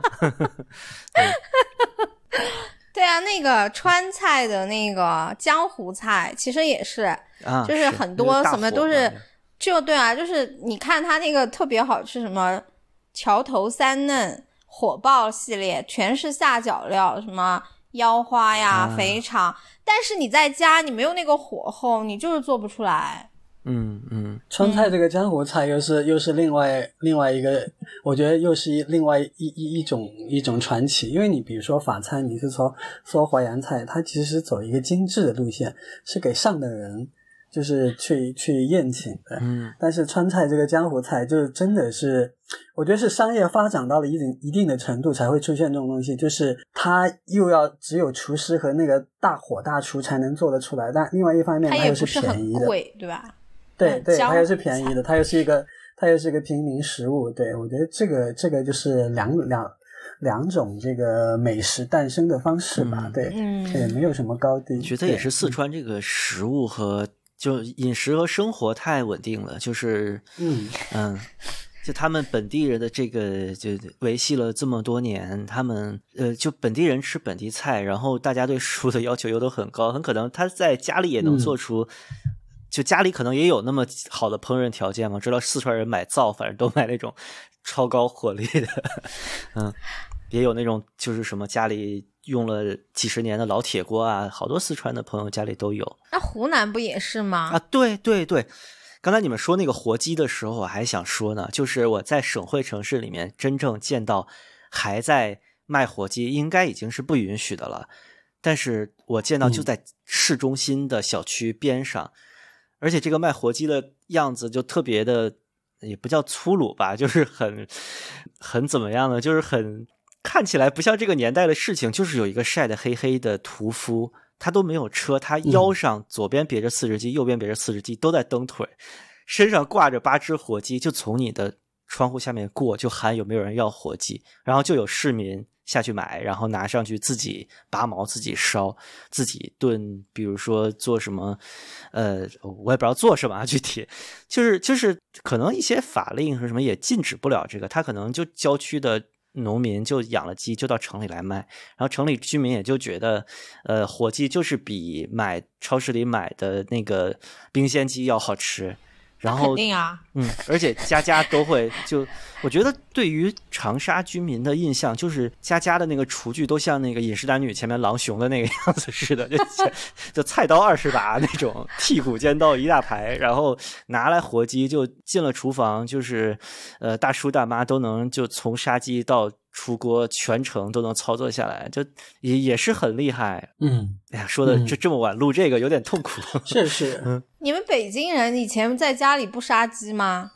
对啊，那个川菜的那个江湖菜其实也是，就是很多什么都是，就对啊，就是你看它那个特别好吃，什么桥头三嫩、火爆系列，全是下脚料，什么腰花呀、肥肠，但是你在家你没有那个火候，你就是做不出来。 川菜这个江湖菜又是另外一个，我觉得又是另外一种传奇。因为你比如说法餐，你是说淮扬菜，它其实走一个精致的路线，是给上等人就是去宴请的。但是川菜这个江湖菜就真的是，我觉得是商业发展到了一定的程度才会出现这种东西，就是它又要只有厨师和那个大火大厨才能做得出来，但另外一方面它又是便宜的， 它也不是很贵，对吧？ 对对，它又是便宜的，它又是一个平民食物。对，我觉得这个就是两种这个美食诞生的方式吧。对，也没有什么高低。 觉得也是四川这个食物和就饮食和生活太稳定了，就是就他们本地人的这个就维系了这么多年，他们就本地人吃本地菜，然后大家对食物的要求又都很高，很可能他在家里也能做出。就家里可能也有那么好的烹饪条件嘛，知道四川人买灶反正都买那种超高火力的，也有那种就是什么家里用了几十年的老铁锅啊，好多四川的朋友家里都有。 那湖南不也是吗？ 啊，对对对，刚才你们说那个活鸡的时候，我还想说呢，就是我在省会城市里面真正见到还在卖火鸡，应该已经是不允许的了，但是我见到就在市中心的小区边上。而且这个卖火鸡的样子就特别的，也不叫粗鲁吧，就是很怎么样呢？就是很看起来不像这个年代的事情。就是有一个晒得黑黑的屠夫，他都没有车，他腰上左边别着40鸡，右边别着40鸡，都在蹬腿，身上挂着8只火鸡，就从你的窗户下面过，就喊有没有人要火鸡，然后就有市民下去买，然后拿上去自己拔毛自己烧自己炖，比如说做什么我也不知道做什么具体就是可能一些法令和什么也禁止不了这个，他可能就郊区的农民就养了鸡就到城里来卖，然后城里居民也就觉得火鸡就是比买超市里买的那个冰鲜鸡要好吃，然后肯定啊， 而且家家都会就我觉得对于长沙居民的印象就是家家的那个厨具都像那个饮食男女前面狼熊的那个样子似的，就菜刀20把那种，剔骨尖刀一大排，然后拿来活鸡就进了厨房，就是大叔大妈都能就从杀鸡到出锅全程都能操作下来，就也是很厉害。哎呀，说的这么晚录这个有点痛苦。 是你们北京人以前在家里不杀鸡吗？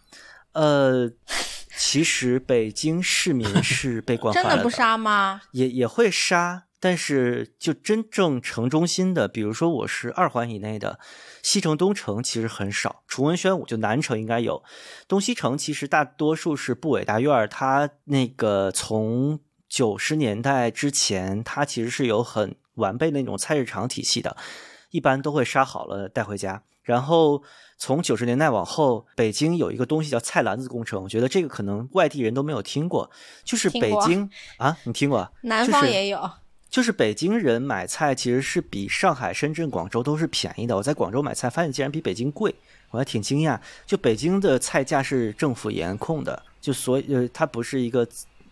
其实北京市民是被惯坏了的。 真的不杀吗？ 也会杀，但是就真正城中心的，比如说我是2环以内的，西城东城其实很少，崇文宣武就南城应该有，东西城其实大多数是部委大院，它那个从90年代之前它其实是有很完备那种菜市场体系的，一般都会杀好了带回家。然后从90年代往后，北京有一个东西叫菜篮子工程，我觉得这个可能外地人都没有听过，就是北京啊，你听过？ 南方也有。 就是北京人买菜其实是比上海、深圳、广州都是便宜的。我在广州买菜发现竟然比北京贵，我还挺惊讶。就北京的菜价是政府严控的，就它不是一个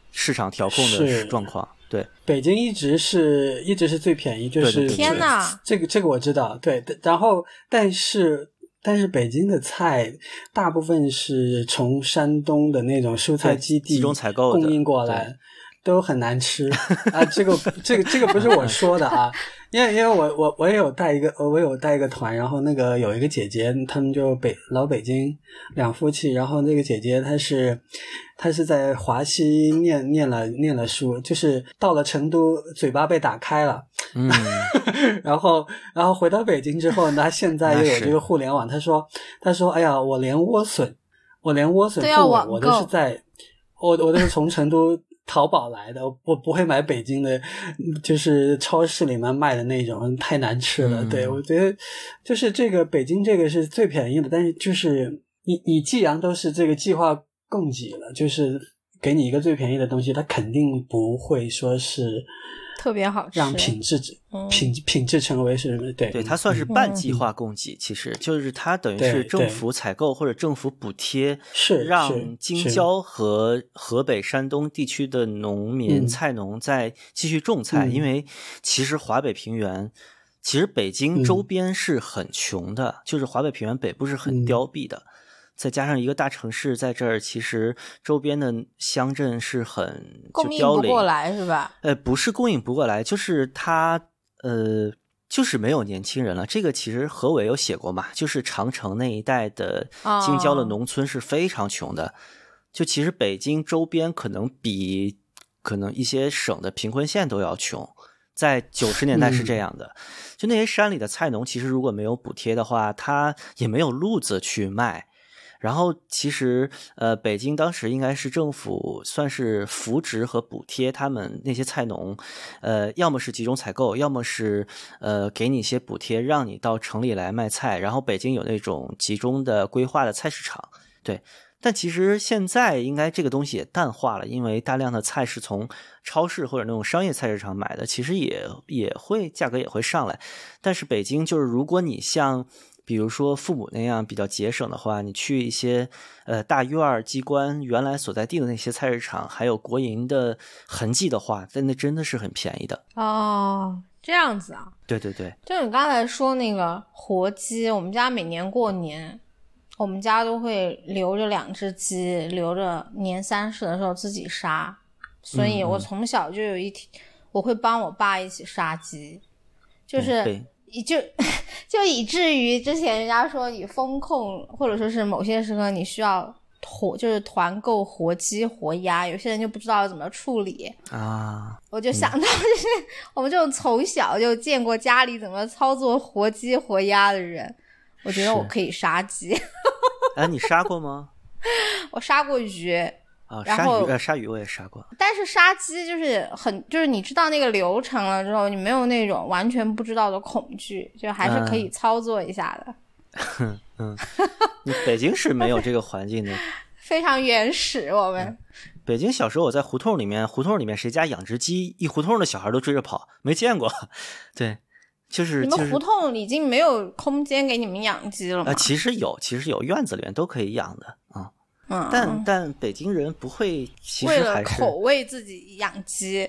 市场调控的状况。对， 北京一直是最便宜，就是天哪， 这个我知道，对，然后但是北京的菜大部分是从山东的那种蔬菜基地集中采购供应过来，都很难吃啊。这个不是我说的啊，因为我也有带一个团，然后那个有一个姐姐，他们就老北京两夫妻，然后那个姐姐她是在华西念了书，就是到了成都嘴巴被打开了，然后回到北京之后，她现在又有这个互联网，她说哎呀，我连莴笋凤尾我都是我都是从成都淘宝来的，我不会买北京的，就是超市里面卖的那种，太难吃了。对，我觉得就是这个北京这个是最便宜的，但是就是你既然都是这个计划供给了，就是给你一个最便宜的东西，它肯定不会说是特别好吃， 让品质成为是对，它算是半计划供给，其实就是它等于是政府采购或者政府补贴， 是让京郊和河北、山东地区的农民、菜农再继续种菜，因为其实华北平原，其实北京周边是很穷的，就是华北平原北部是很凋敝的。再加上一个大城市在这儿，其实周边的乡镇是很供应不过来是吧？ 不是供应不过来，就是它就是没有年轻人了。这个其实何伟有写过嘛，就是长城那一带的京郊的农村是非常穷的。就其实北京周边可能比一些省的贫困县都要穷，在90年代是这样的。就那些山里的菜农，其实如果没有补贴的话，他也没有路子去卖。然后其实北京当时应该是政府算是扶植和补贴他们那些菜农，要么是集中采购，要么是给你一些补贴让你到城里来卖菜，然后北京有那种集中的规划的菜市场。对，但其实现在应该这个东西也淡化了，因为大量的菜是从超市或者那种商业菜市场买的，其实也会价格也会上来。但是北京就是如果你像比如说父母那样比较节省的话，你去一些大院机关原来所在地的那些菜市场，还有国营的痕迹的话，那真的是很便宜的。 哦，这样子啊。 对对对， 就你刚才说那个活鸡，我们家每年过年，我们家都会留着2只鸡，留着年30的时候自己杀，所以我从小就有我会帮我爸一起杀鸡，就是就以至于之前人家说你风控或者说是某些时候你需要就是团购活鸡活鸭，有些人就不知道怎么处理啊。 我就想到就是我们这种从小就见过家里怎么操作活鸡活鸭的人，我觉得我可以杀鸡。 你杀过吗？ 我杀过鱼啊， 杀鱼我也杀过， 但是杀鸡就是你知道那个流程了之后，你没有那种完全不知道的恐惧，就还是可以操作一下的。 你北京是没有这个环境的， 非常原始。我们北京小时候我在胡同里面谁家养只鸡，一胡同的小孩都追着跑，没见过。对，就是你们胡同已经没有空间给你们养鸡了吗？ 其实有院子里面都可以养的啊。但北京人不会，其实还是为了口味自己养鸡。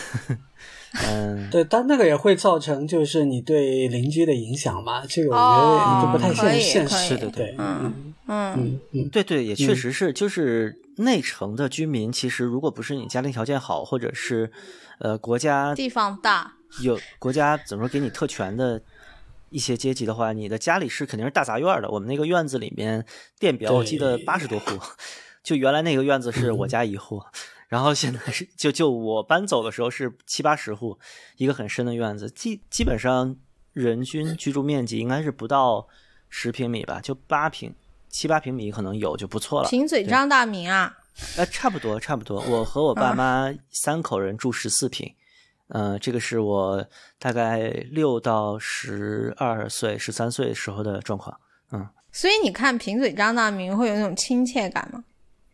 对，但那个也会造成就是你对邻居的影响嘛，这个我觉得就不太现实的。对， 对，也确实是，就是内城的居民，其实如果不是你家庭条件好，或者是国家地方大， 有国家怎么说给你特权的一些阶级的话，你的家里是肯定是大杂院的。我们那个院子里面电表我记得80多户，就原来那个院子是我家一户，然后现在是就我搬走的时候是70-80户，一个很深的院子，基本上人均居住面积应该是不到10平米吧，就7-8平米可能有就不错了。 贫嘴张大民啊？ 差不多。我和我爸妈3口人住14平。这个是我大概6到12岁、13岁时候的状况。 所以你看贫嘴张大民会有那种亲切感吗？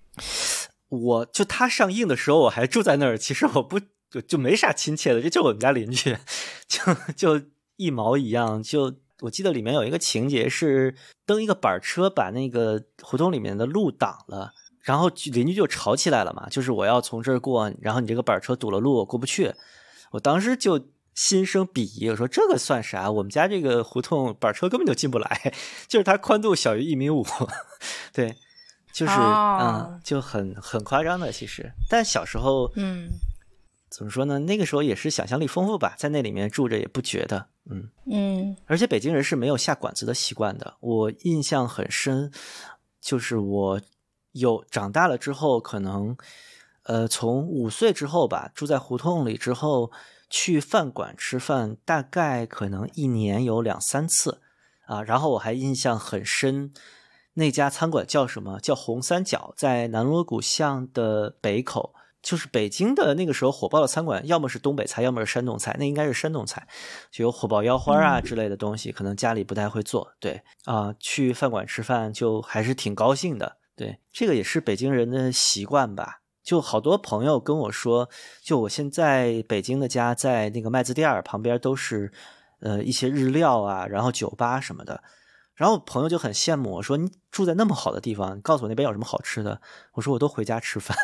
他上映的时候我还住在那儿，其实我不就没啥亲切的，就我们家邻居，就一毛一样。我记得里面有一个情节是蹬一个板车把那个胡同里面的路挡了， 然后邻居就吵起来了嘛，就是我要从这儿过，然后你这个板车堵了路，我过不去。我当时就心生鄙夷，我说这个算啥？我们家这个胡同板车根本就进不来，就是它宽度小于1.5米，对，就是就很夸张的其实。但小时候，怎么说呢？那个时候也是想象力丰富吧，在那里面住着也不觉得，而且北京人是没有下馆子的习惯的。我印象很深，就是我长大了之后，可能从5岁之后吧，住在胡同里之后，去饭馆吃饭，大概可能1年有2-3次啊。然后我还印象很深，那家餐馆叫什么？叫红三角，在南锣鼓巷的北口。就是北京的那个时候火爆的餐馆，要么是东北菜，要么是山东菜，那应该是山东菜，就有火爆腰花啊之类的东西，可能家里不太会做。对去饭馆吃饭就还是挺高兴的。对，这个也是北京人的习惯吧。就好多朋友跟我说，就我现在北京的家在那个麦子店旁边都是一些日料啊，然后酒吧什么的。然后朋友就很羡慕我，说你住在那么好的地方，你告诉我那边有什么好吃的。我说我都回家吃饭。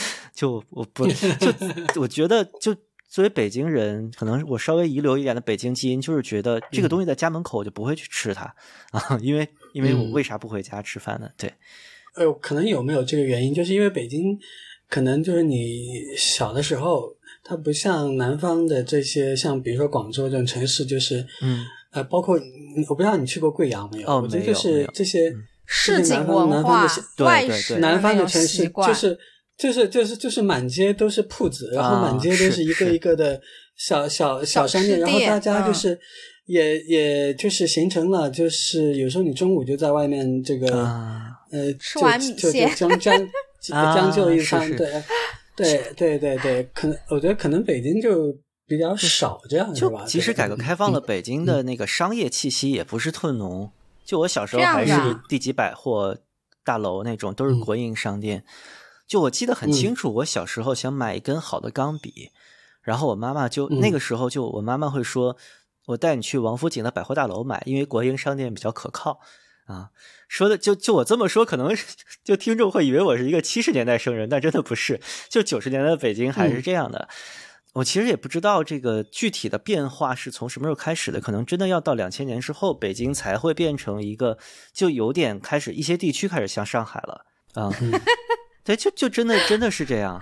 我觉得就作为北京人，可能我稍微遗留一点的北京基因，就是觉得这个东西在家门口我就不会去吃它因为我为啥不回家吃饭呢？对， 可能有没有这个原因，就是因为北京可能就是你小的时候，它不像南方的这些，像比如说广州这种城市，就是包括我不知道你去过贵阳没有？我觉得就是这些市井文化、外食南方的城市，就是满街都是铺子，然后满街都是一个一个的小商店，然后大家就是也就是形成了，就是有时候你中午就在外面这个吃碗米线， 将就一餐， 是对，可能我觉得可能北京就比较少这样，是吧？ 其实改革开放了，北京的那个商业气息也不是特浓。就我小时候还是地级百货大楼那种，都是国营商店。就我记得很清楚，我小时候想买一根好的钢笔，然后我妈妈就那个时候就我妈妈会说，我带你去王府井的百货大楼买，因为国营商店比较可靠啊。说的就我这么说，可能就听众会以为我是一个70年代生人，但真的不是，就90年代的北京还是这样的。我其实也不知道这个具体的变化是从什么时候开始的，可能真的要到2000年之后，北京才会变成一个就有点开始一些地区开始像上海了对，就真的是这样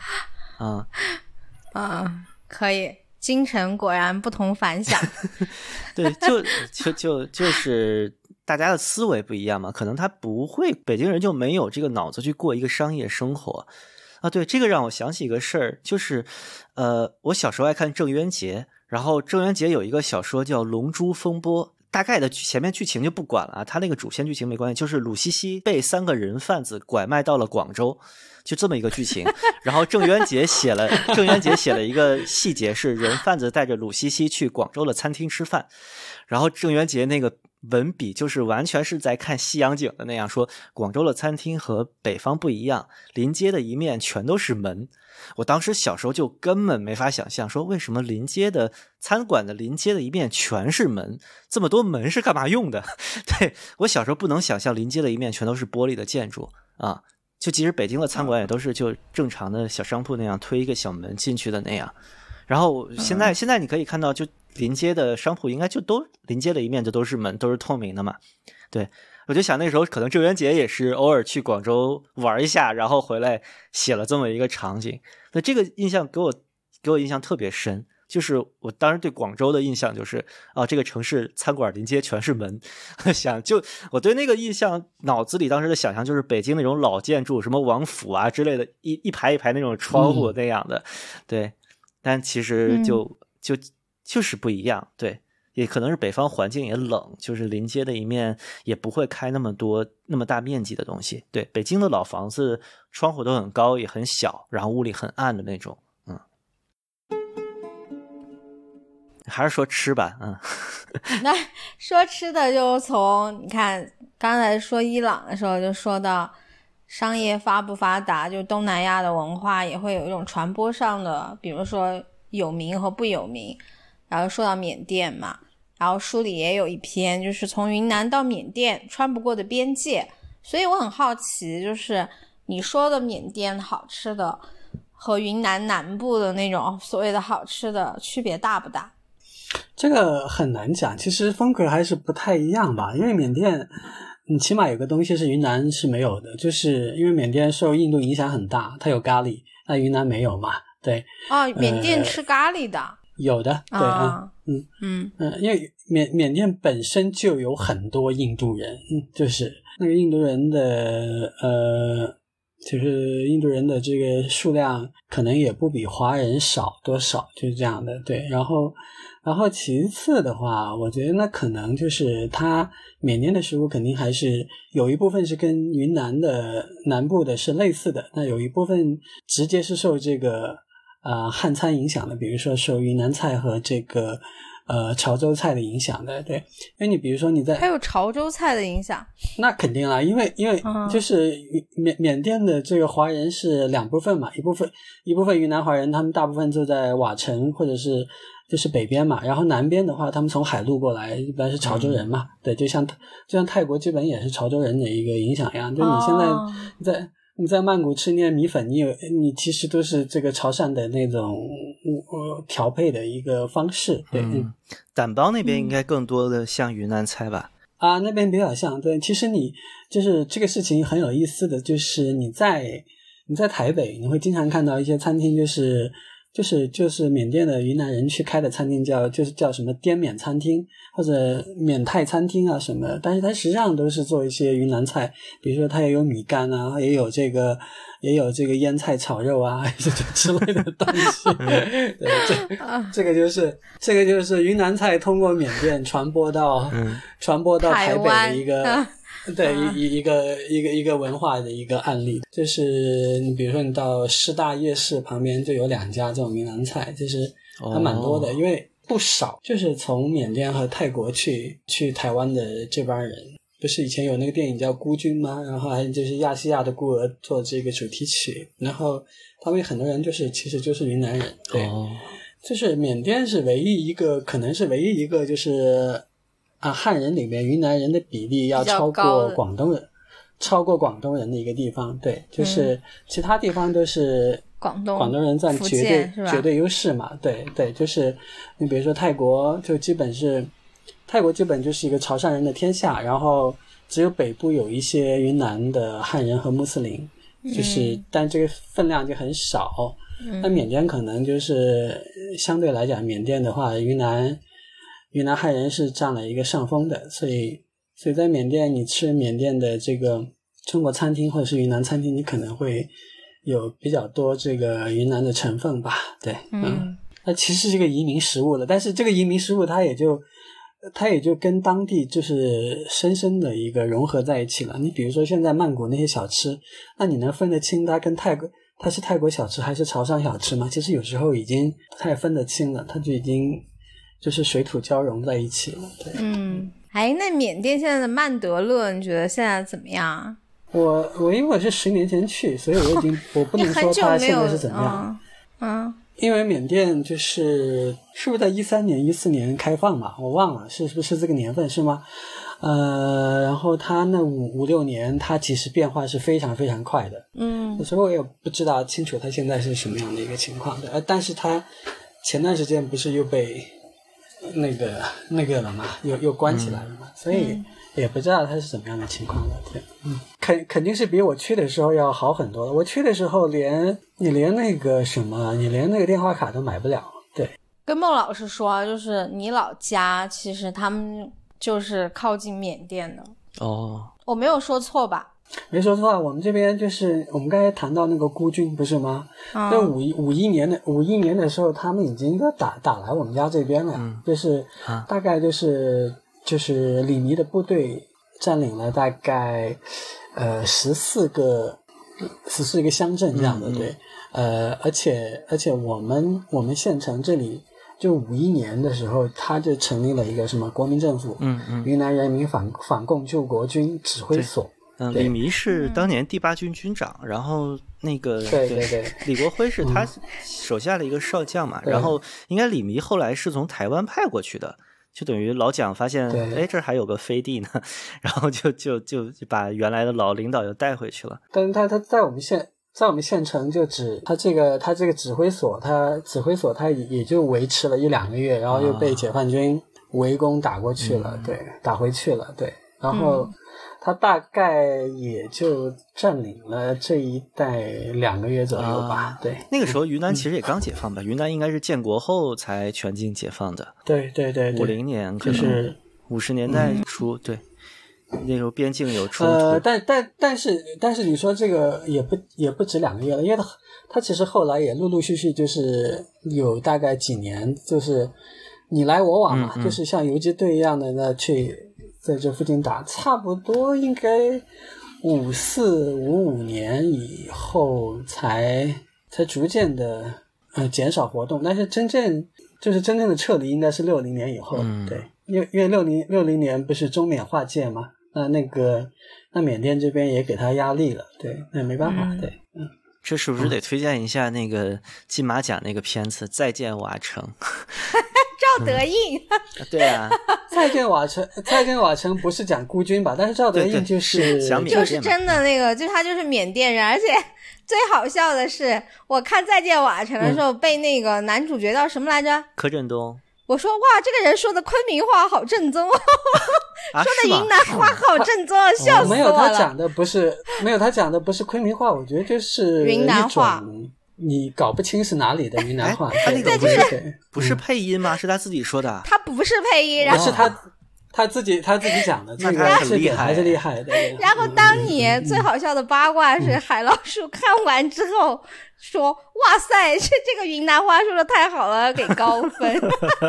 可以，京城果然不同凡响。 对，就是大家的思维不一样嘛，可能他不会，北京人就没有这个脑子去过一个商业生活对，这个让我想起一个事儿，就是我小时候爱看郑渊洁，然后郑渊洁有一个小说叫《龙珠风波》，大概的前面剧情就不管了他那个主线剧情没关系，就是鲁西西被3个人贩子拐卖到了广州，就这么一个剧情。然后郑渊洁写了一个细节，是人贩子带着鲁西西去广州的餐厅吃饭，然后郑渊洁那个文笔就是完全是在看西洋景的那样，说广州的餐厅和北方不一样，临街的一面全都是门。我当时小时候就根本没法想象，说为什么临街的餐馆的临街的一面全是门，这么多门是干嘛用的？对，我小时候不能想象临街的一面全都是玻璃的建筑就其实北京的餐馆也都是就正常的小商铺那样推一个小门进去的那样。然后现在你可以看到，就临街的商铺应该就都临街的一面就都是门，都是透明的嘛。对，我就想那时候可能郑渊洁也是偶尔去广州玩一下，然后回来写了这么一个场景。那这个印象给我印象特别深，就是我当时对广州的印象就是这个城市餐馆临街全是门。我对那个印象脑子里当时的想象就是北京那种老建筑，什么王府啊之类的，一排一排那种窗户那样的。对，但其实就是不一样。对，也可能是北方环境也冷，就是临街的一面也不会开那么大面积的东西。对，北京的老房子窗户都很高也很小，然后屋里很暗的那种。还是说吃吧。 那说吃的就从你看刚才说伊朗的时候就说到商业发不发达，就东南亚的文化也会有一种传播上的，比如说有名和不有名。然后说到缅甸嘛，然后书里也有一篇就是从云南到缅甸穿不过的边界。所以我很好奇，就是你说的缅甸好吃的和云南南部的那种所谓的好吃的区别大不大？ 这个很难讲，其实风格还是不太一样吧。因为缅甸你起码有个东西是云南是没有的，就是因为缅甸受印度影响很大，它有咖喱，那云南没有嘛。对缅甸吃咖喱的， 有的，对因为缅甸本身就有很多印度人，就是那个印度人的就是印度人的这个数量可能也不比华人少多少，就是这样的。对，然后其次的话，我觉得那可能就是它缅甸的食物肯定还是有一部分是跟云南的南部的是类似的，那有一部分直接是受这个汉餐影响的，比如说受云南菜和这个潮州菜的影响的。对，因为你比如说你在还有潮州菜的影响， 那肯定啦，因为就是缅甸的这个华人是两部分嘛，一部分云南华人，他们大部分就在瓦城或者是就是北边嘛，然后南边的话他们从海路过来一般是潮州人嘛。对，就像泰国基本也是潮州人的一个影响一样，就你现在你在曼谷吃那米粉，你其实都是这个潮汕的那种调配的一个方式。对， 掸包那边应该更多的像云南菜吧？ 那边比较像。对，其实你就是这个事情很有意思的，就是你在台北，你会经常看到一些餐厅，就是缅甸的云南人去开的餐厅，叫什么滇缅餐厅或者缅泰餐厅啊什么的，但是它实际上都是做一些云南菜，比如说它也有米干啊，也有这个腌菜炒肉啊之类的东西。对，这个就是云南菜通过缅甸传播到台北的一个对一个文化的一个案例。就是你比如说你到师大夜市旁边就有2家这种云南菜，就是还蛮多的，因为不少就是从缅甸和泰国去台湾的这帮人。不是以前有那个电影叫孤军吗？然后还就是亚细亚的孤儿做这个主题曲，然后他们很多人其实就是云南人。对，就是缅甸是可能是唯一一个就是汉人里面云南人的比例要超过广东人的一个地方。对，就是其他地方都是广东人占绝对优势嘛。对，就是你比如说泰国基本就是一个潮汕人的天下，然后只有北部有一些云南的汉人和穆斯林，但这个分量就很少。那缅甸可能就是相对来讲，缅甸的话云南汉人是占了一个上风的，所以在缅甸你吃缅甸的这个中国餐厅或者是云南餐厅，你可能会有比较多这个云南的成分吧。对，那其实是个移民食物了，但是这个移民食物它也就跟当地就是深深的一个融合在一起了。你比如说现在曼谷那些小吃，那你能分得清它是泰国小吃还是潮汕小吃吗？其实有时候已经不太分得清了，它就已经就是水土交融在一起了。对， 那缅甸现在的曼德勒你觉得现在怎么样？ 我因为我是10年前去，所以我不能说它现在是怎么样。因为缅甸是不是在13年14年开放嘛，我忘了是不是这个年份是吗？然后它那5、6年它其实变化是非常非常快的。所以我也不知道清楚它现在是什么样的一个情况的。但是它前段时间不是又被那个了嘛，又关起来了嘛，所以也不知道它是怎么样的情况了。对，肯定是比我去的时候要好很多了。我去的时候你连那个电话卡都买不了。对， 跟孟老师说，就是你老家其实他们就是靠近缅甸的。我没有说错吧？ 没说错，我们这边就是我们刚才谈到那个孤军不是吗？在51年的时候，他们已经都打来我们家这边了，就是大概就是李弥的部队占领了大概14个乡镇这样的。对，而且我们县城这里就51年的时候，他就成立了一个什么国民政府，云南人民反共救国军指挥所。 李弥是当年第8军军长，然后那个对李国辉是他手下的一个少将嘛，然后应该李弥后来是从台湾派过去的， 就等于老蒋发现， 对哎，这儿还有个飞地呢，然后就把原来的老领导又带回去了。 但是他在我们县城就他这个指挥所，他也就维持了1-2个月，然后又被解放军围攻打过去了，对，打回去了，对，然后他大概也就占领了这一带2个月左右吧，对。 那个时候云南其实也刚解放吧，云南应该是建国后才全境解放的。 对 50年可能就是50年代初，对。那时候边境有冲突， 但是你说这个也不止2个月了，因为他其实后来也陆陆续续就是有大概几年，就是你来我往嘛，就是像游击队一样的那去在这附近打，差不多应该54-55年以后才逐渐的减少活动，但是真正的撤离应该是60年以后，对，因为60年不是中缅划界嘛。那缅甸这边也给他压力了，对，那没办法，对， 这是不是得推荐一下那个金马奖那个片子《再见瓦城》？ 赵德胤， 对啊， 再见瓦城不是讲孤军吧？但是赵德胤就是就是真的那个，他就是缅甸人，而且最好笑的是，我看《再见瓦城》的时候，被那个男主角叫什么来着？ 柯震东。 我说哇，这个人说的昆明话好正宗，说的云南话好正宗，笑死我了。 没有，他讲的不是昆明话，我觉得就是云南话， 你搞不清是哪里的云南话。 他那个不是配音吗？是他自己说的。 他不是配音，然后是他自己讲的，这个还是厉害的。 然后当你最好笑的八卦是海老鼠看完之后说：“哇塞，这个云南话说的太好了，给高分。”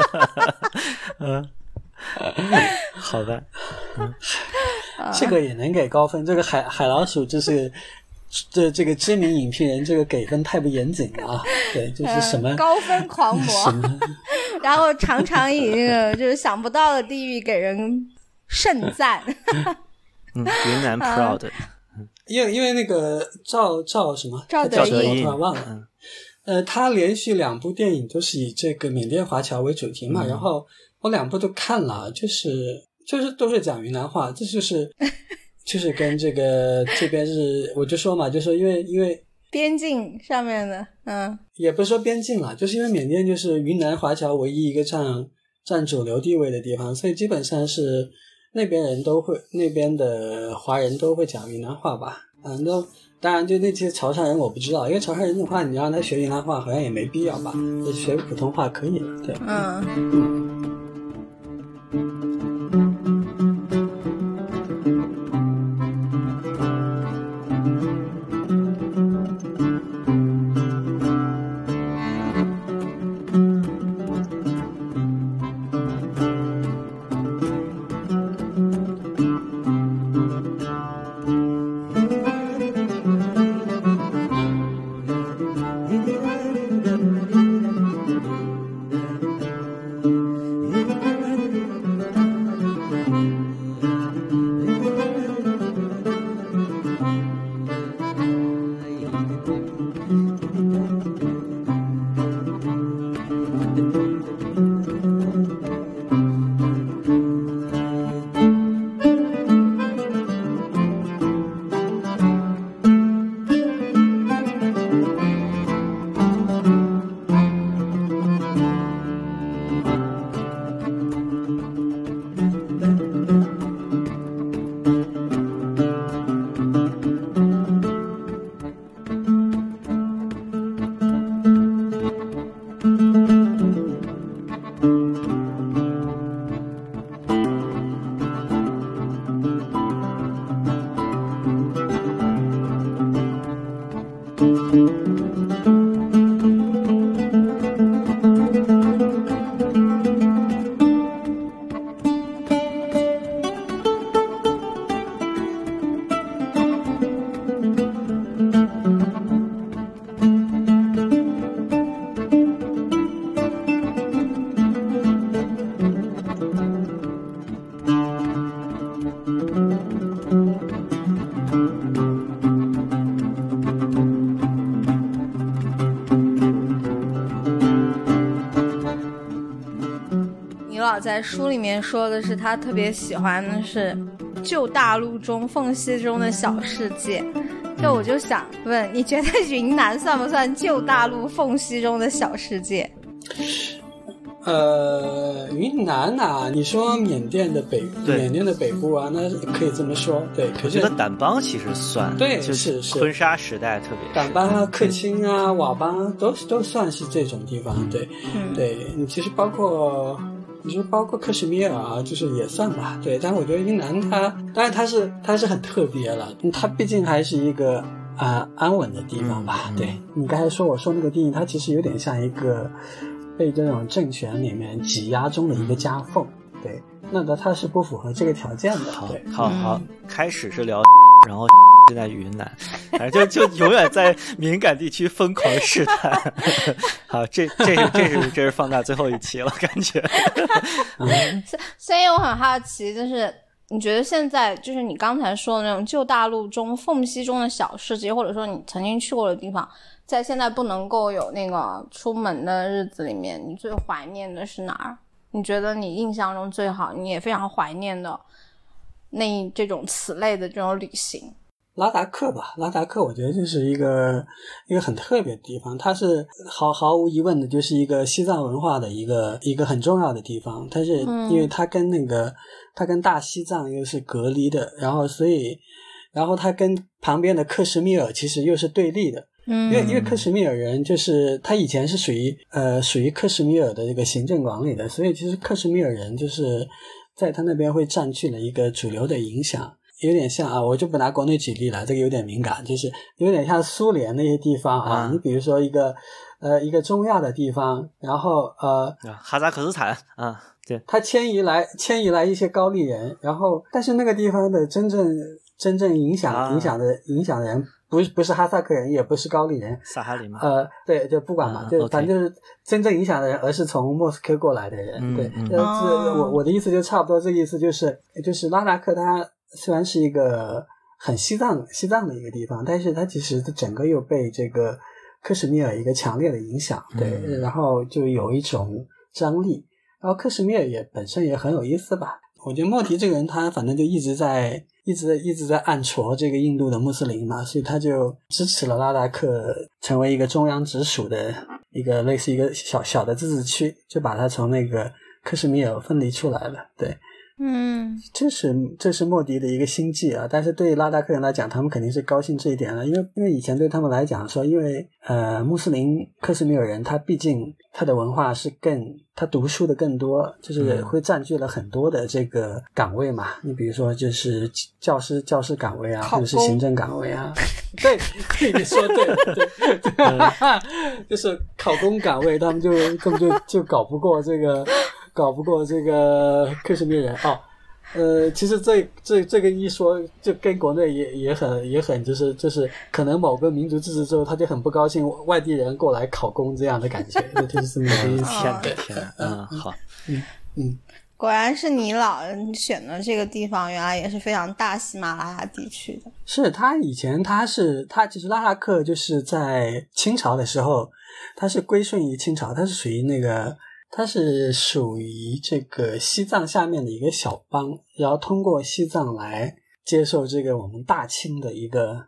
好的， 这个也能给高分。这个海老鼠就是这个知名影评人，这个给分太不严谨了啊！对，就是什么高分狂魔，然后常常以那个就是想不到的地域给人盛赞。 云南 proud。 因为那个赵什么赵德胤， 我突然忘了。他连续2部电影都是以这个缅甸华侨为主题嘛，然后我2部都看了，就是都是讲云南话，这就是跟这边是，我就说嘛，就说因为边境上面的， 也不是说边境啦，就是因为缅甸就是云南华侨唯一一个占主流地位的地方，所以基本上是那边的华人都会讲云南话吧。那当然就那些潮汕人我不知道，因为潮汕人的话，你让他学云南话好像也没必要吧，就学普通话可以了，对。 老在书里面说的是他特别喜欢的是旧大陆中缝隙中的小世界，就我就想问，你觉得云南算不算旧大陆缝隙中的小世界？ 云南啊，你说缅甸的北部啊，那可以这么说，对。可是我觉得掸邦其实算， 对， 就是婚纱时代特别掸邦啊、克钦啊、佤邦都算是这种地方，对，对。你其实包括克什米尔啊，就是也算吧，对。但我觉得云南当然它是很特别了，它毕竟还是一个安稳的地方吧，对。你刚才我说那个定义，它其实有点像一个被这种政权里面挤压中的一个夹缝，对，那它是不符合这个条件的。 好，开始是聊，然后现在云南，反正就永远在敏感地区疯狂试探。好，这是放大最后一期了，感觉。 所以我很好奇，就是你觉得现在就是你刚才说的那种旧大陆中缝隙中的小世界，或者说你曾经去过的地方，在现在不能够有那个出门的日子里面，你最怀念的是哪儿？你觉得你印象中最好，你也非常怀念的这种此类的这种旅行？ 拉达克吧，拉达克我觉得就是一个很特别的地方，它是毫无疑问的就是一个西藏文化的一个很重要的地方。它是因为它跟大西藏又是隔离的，然后它跟旁边的克什米尔其实又是对立的。因为克什米尔人就是他以前是属于克什米尔的这个行政管理的，所以其实克什米尔人就是在他那边会占据了一个主流的影响，有点像我就不拿国内举例了，这个有点敏感，就是有点像苏联那些地方你比如说一个中亚的地方，然后哈萨克斯坦对， 他迁移来一些高丽人，然后但是那个地方的真正影响的人不是哈萨克人，也不是高丽人， 萨哈林吗？ 对，就不管嘛，就反正就是真正影响的人，而是从莫斯科过来的人。对，我的意思就差不多，这个意思就是拉达克它虽然是一个很西藏的一个地方，但是它其实整个又被这个克什米尔一个强烈的影响，对，然后就有一种张力。然后克什米尔本身也很有意思吧。我觉得莫迪这个人他反正就一直在暗戳这个印度的穆斯林嘛，所以他就支持了拉达克成为一个中央直属的一个类似一个小的自治区，就把它从那个克什米尔分离出来了。对，这是莫迪的一个心计啊，但是对拉达克人来讲，他们肯定是高兴这一点了，因为以前对他们来讲说，因为穆斯林克什米尔人他毕竟他的文化是他读书的更多，就是会占据了很多的这个岗位嘛。你比如说就是教师岗位啊，或者是行政岗位啊。对，你说对了，对，就是考公岗位，他们就根本就搞不过这个克什米尔人其实这个一说，就跟国内也很就是可能某个民族自治之后，他就很不高兴外地人过来考公这样的感觉，就是这么一个天，好， 果然是你选的这个地方，原来也是非常大喜马拉雅地区的。 是他以前他其实拉达克就是在清朝的时候，他是归顺于清朝，他是属于这个西藏下面的一个小邦，然后通过西藏来接受这个我们大清的一个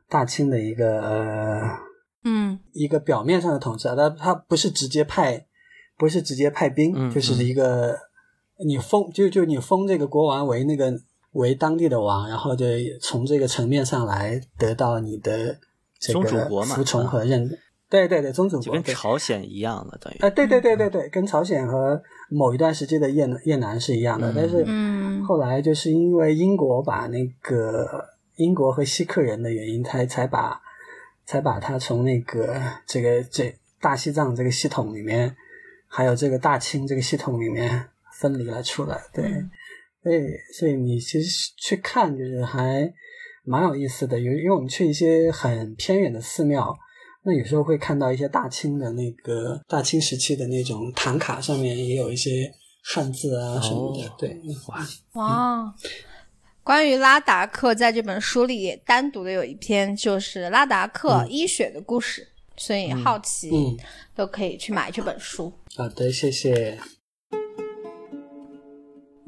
一个表面上的统治啊，他不是直接派兵，就是一个你封这个国王为当地的王，然后就从这个层面上来得到你的这个服从和认同。对，宗主国就跟朝鲜一样的，等于对，跟朝鲜和某一段时期的越南是一样的，但是后来就是因为英国和锡克人的原因，才把它从那个这大西藏这个系统里面，还有这个大清这个系统里面分离了出来。对，所以你其实去看就是还蛮有意思的，因为我们去一些很偏远的寺庙。那有时候会看到一些大清时期的那种唐卡上面也有一些汉字啊什么的。对， 哇，关于拉达克在这本书里也单独的有一篇就是拉达克医学的故事，所以好奇都可以去买这本书。 好的，谢谢。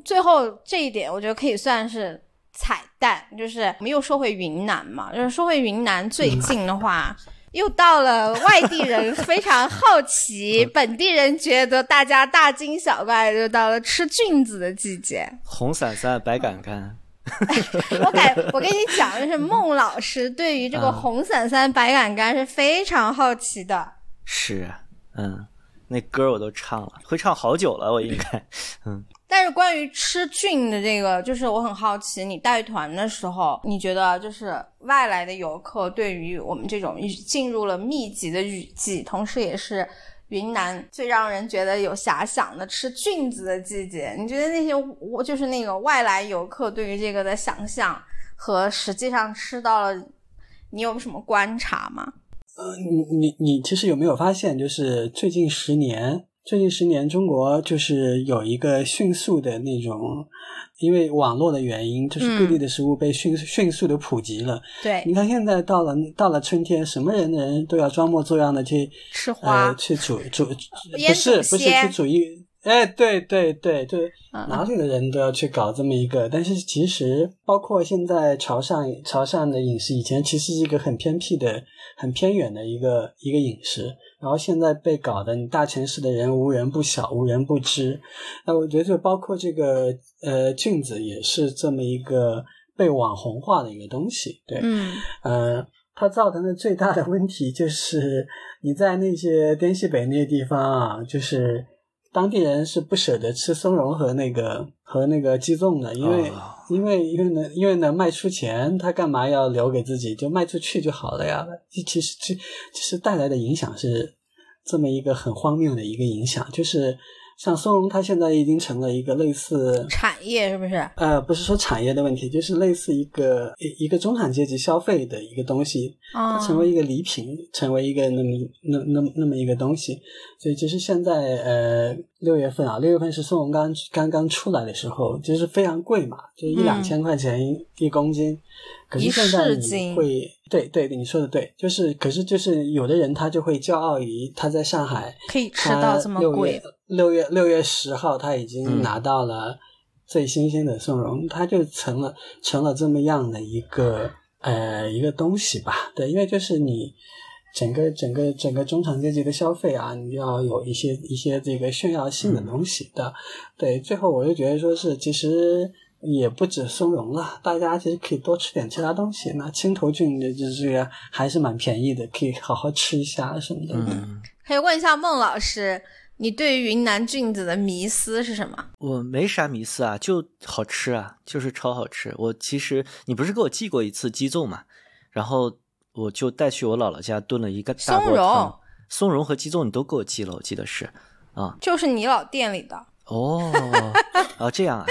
最后这一点我觉得可以算是彩蛋，就是我们又说回云南嘛，就是说回云南最近的话又到了外地人非常好奇本地人觉得大家大惊小怪，就到了吃菌子的季节。 红伞伞白杆杆我跟你讲，就是孟老师对于这个红伞伞白杆杆是非常好奇的。 是啊，那歌我都唱了，会唱好久了我应该。 但是关于吃菌的这个，就是我很好奇，你带团的时候，你觉得就是外来的游客对于我们这种进入了密集的雨季，同时也是云南最让人觉得有遐想的吃菌子的季节，你觉得那些就是那个外来游客对于这个的想象和实际上吃到了，你有什么观察吗？ 你其实有没有发现，就是最近10年中国就是有一个迅速的那种，因为网络的原因，就是各地的食物被迅速的普及了。 对， 你看现在到了春天，什么人都要装模作样的去吃花， 去煮腌不是去煮对，就是哪里的人都要去搞这么一个。但是其实包括现在潮汕的饮食，以前其实是一个很偏僻的、很偏远的一个饮食，然后现在被搞得你大城市的人无人不晓、无人不知。我觉得就包括这个菌子也是这么一个被网红化的一个东西。对，它造成的最大的问题就是你在那些滇西北那些地方啊，就是当地人是不舍得吃松茸和那个鸡枞的，因为能卖出钱，他干嘛要留给自己？就卖出去就好了呀。其实带来的影响是这么一个很荒谬的一个影响，就是像松茸，它现在已经成了一个类似产业，是不是？ 不是说产业的问题，就是类似一个中产阶级消费的一个东西，它成为一个礼品，成为一个那么一个东西。所以其实现在6月份是松茸刚刚出来的时候，就是非常贵嘛，就是1-2千块钱一公斤。可是现在你会对你说的对，可是有的人他就会骄傲于他在上海可以吃到这么贵。 6月10号他已经拿到了最新鲜的松茸，它就成了这么样的一个东西吧。对，因为就是你整个中产阶级的消费啊，你要有一些这个炫耀性的东西的。对，最后我就觉得说是其实也不止松茸了，大家其实可以多吃点其他东西。那青头菌的这个还是蛮便宜的，可以好好吃一下什么的。 可以问一下孟老师，你对于云南菌子的迷思是什么？ 我没啥迷思啊，就好吃啊，就是超好吃。其实你不是给我寄过一次鸡枞嘛，然后我就带去我姥姥家炖了一个大锅汤。松茸和鸡枞你都给我寄了，我记得是啊， 就是你老店里的。 这样啊。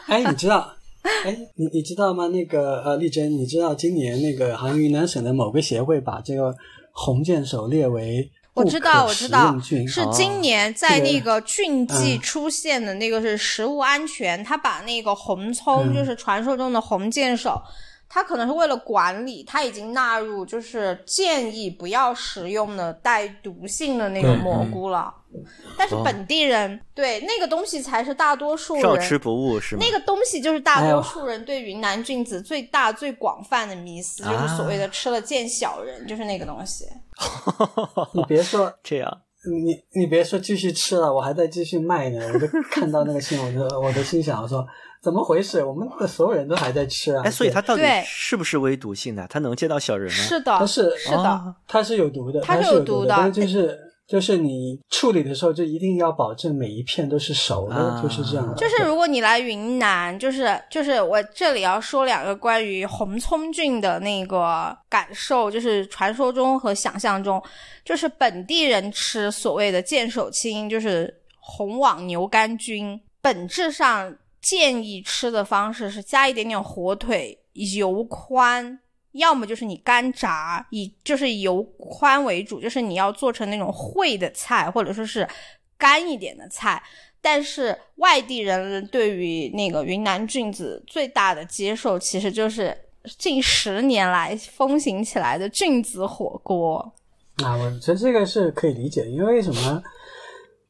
你知道吗？那个丽珍，你知道今年那个好像云南省的某个协会把这个红箭手列为不可食用菌， 是今年在那个菌季出现的那个是食物安全，他把那个红葱，就是传说中的红箭手，他可能是为了管理，他已经纳入就是建议不要食用的带毒性的那个蘑菇了。但是本地人对那个东西才是大多数人照吃不误，是吗？ 那个东西就是大多数人对云南菌子最大最广泛的迷思，就是所谓的吃了见小人，就是那个东西。 你别说这样， 你别说继续吃了，我还在继续卖呢。我就看到那个新闻，我都心想，我说怎么回事？我们的所有人都还在吃啊！ 所以它到底是不是微毒性的？它能见到小人吗？ 是的，是的， 它是有毒的， 它是有毒的， 但就是你处理的时候就一定要保证每一片都是熟的，就是这样的。 就是如果你来云南，就是我这里要说2个关于红葱菌的那个感受，就是传说中和想象中，就是本地人吃所谓的剑手青，就是红网牛肝菌，本质上建议吃的方式是加一点点火腿、油宽，要么就是你干炸，就是以油宽为主，就是你要做成那种烩的菜，或者说是干一点的菜。但是外地人对于那个云南菌子最大的接受，其实就是近10年来风行起来的菌子火锅。 我觉得这个是可以理解，因为什么？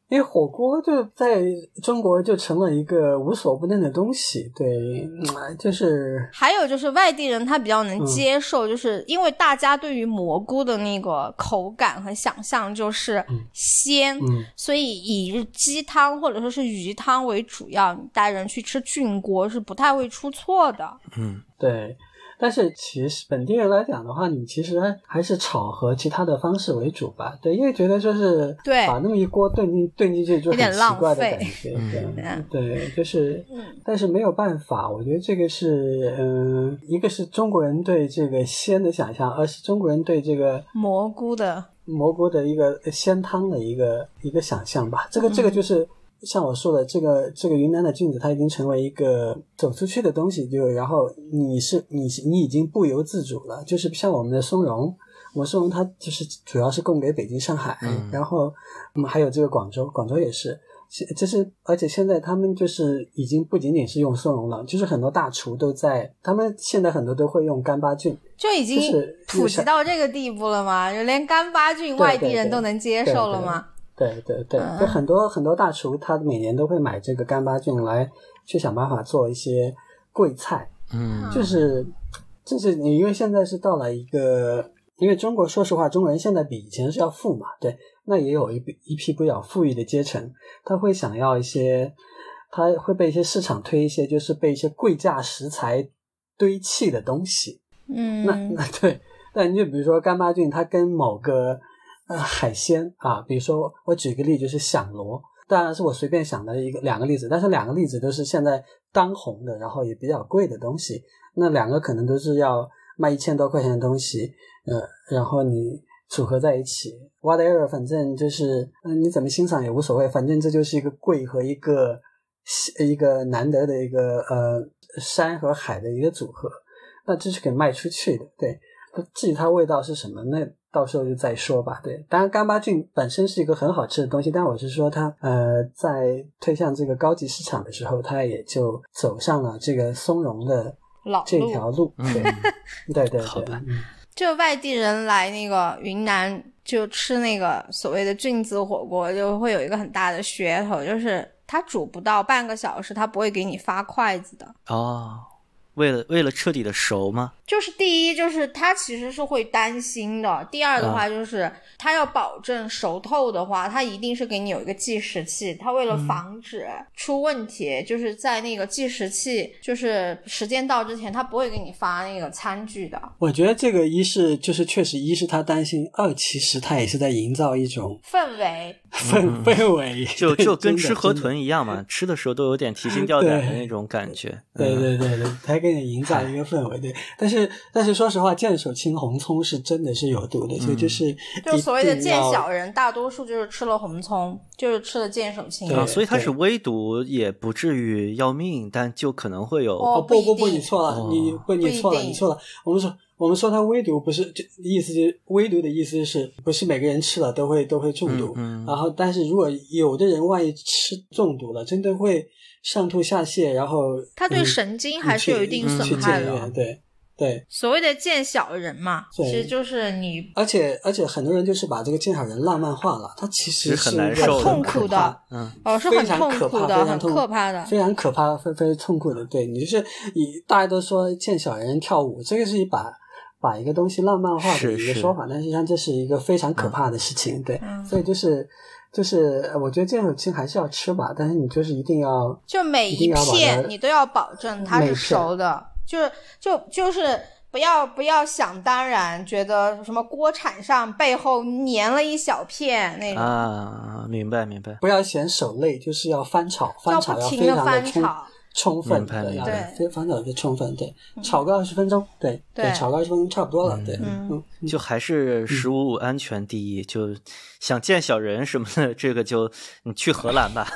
因为火锅就在中国就成了一个无所不能的东西，对，就是还有就是外地人他比较能接受，就是因为大家对于蘑菇的那个口感和想象就是鲜，所以以鸡汤或者说是鱼汤为主要，你带人去吃菌锅是不太会出错的。 对。但是其实本地人来讲的话，你其实还是炒和其他的方式为主吧，对，因为觉得就是把那么一锅炖进去就很奇怪的感觉，对，就是，但是没有办法，我觉得这个是，一个是中国人对这个鲜的想象，二是中国人对这个蘑菇的一个鲜汤的一个想象吧，这个就是像我说的，这个云南的菌子它已经成为一个走出去的东西，就然后你已经不由自主了，就是像我们的松茸它就是主要是供给北京上海，然后还有这个广州也是，就是而且现在他们就是已经不仅仅是用松茸了，就是很多大厨都在，他们现在很多都会用干巴菌， 就已经普及到这个地步了吗？就连干巴菌外地人都能接受了吗？ 对，就很多大厨他每年都会买这个干巴菌来去想办法做一些贵菜，就是你因为现在是到了一个，因为中国说实话中国人现在比以前是要富嘛，对，那也有一批比较富裕的阶层，他会想要一些，他会被一些市场推一些就是被一些贵价食材堆砌的东西，那对，但你就比如说干巴菌它跟某个海鲜啊，比如说我举个例就是响螺，当然是我随便想的两个例子，但是两个例子都是现在当红的，然后也比较贵的东西，那两个可能都是要卖1000多块钱的东西，然后你组合在一起 whatever， 反正就是你怎么欣赏也无所谓，反正这就是一个贵和一个难得的一个山和海的一个组合，那这是可以卖出去的，对，至于它味道是什么，那到时候就再说吧。对，当然干巴菌本身是一个很好吃的东西，但我是说它在推向这个高级市场的时候，它也就走上了这个松茸的这条路。对， 好吧。 就外地人来那个云南就吃那个所谓的菌子火锅，就会有一个很大的噱头，就是它煮不到半个小时，它不会给你发筷子的。 哦，为了彻底的熟吗？ 就是第一就是他其实是会担心的，第二的话就是他要保证熟透的话，他一定是给你有一个计时器，他为了防止出问题，就是在那个计时器就是时间到之前他不会给你发那个餐具的。 我觉得这个就是确实一是他担心，二其实他也是在营造一种氛围氛围， 就跟吃河豚一样嘛，吃的时候都有点提心吊胆的那种感觉。 对，他给你营造一个氛围，对。但是说实话，剑手青红葱是真的是有毒的，所以就所谓的剑小人，大多数就是吃了红葱，就是吃了剑手青。 所以它是微毒，也不至于要命，但就可能会有。 不，你错了，你错了。我们说它微毒不是，意思是微毒的意思是不是每个人吃了都会中毒，然后但是如果有的人万一吃中毒了，真的会上吐下泻，然后它对神经还是有一定损害的。 对， 所谓的见小人嘛，其实就是你， 而且很多人就是把这个见小人浪漫化了，它其实是很难受的， 很痛苦的，是很痛苦的，很可怕的， 非常可怕，非常痛苦的。对，你就是大家都说见小人跳舞，这个是把一个东西浪漫化的一个说法，但实际上这是一个非常可怕的事情。对，所以就是我觉得剑手青还是要吃吧，但是你就是一定要就每一片你都要保证它是熟的。就是不要想当然觉得什么锅铲上背后粘了一小片那种啊，明白， 不要嫌手累，就是要翻炒要非常的充分， 对， 翻炒的充分，对，炒个20分钟，对，炒个20分钟差不多了，对， 就还是食物安全第一，就想见小人什么的，这个就你去荷兰吧，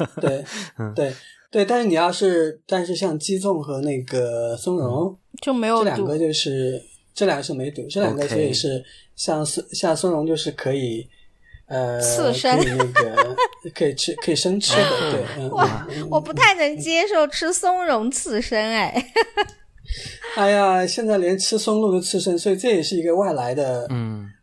对，但是像鸡枞和那个松茸就没有毒， 这两个是没毒，这两个所以是像松茸就是可以刺身， 可以那个可以生吃的，对， 我不太能接受吃松茸刺身，哎呀，现在连吃松露都刺身，所以这也是一个外来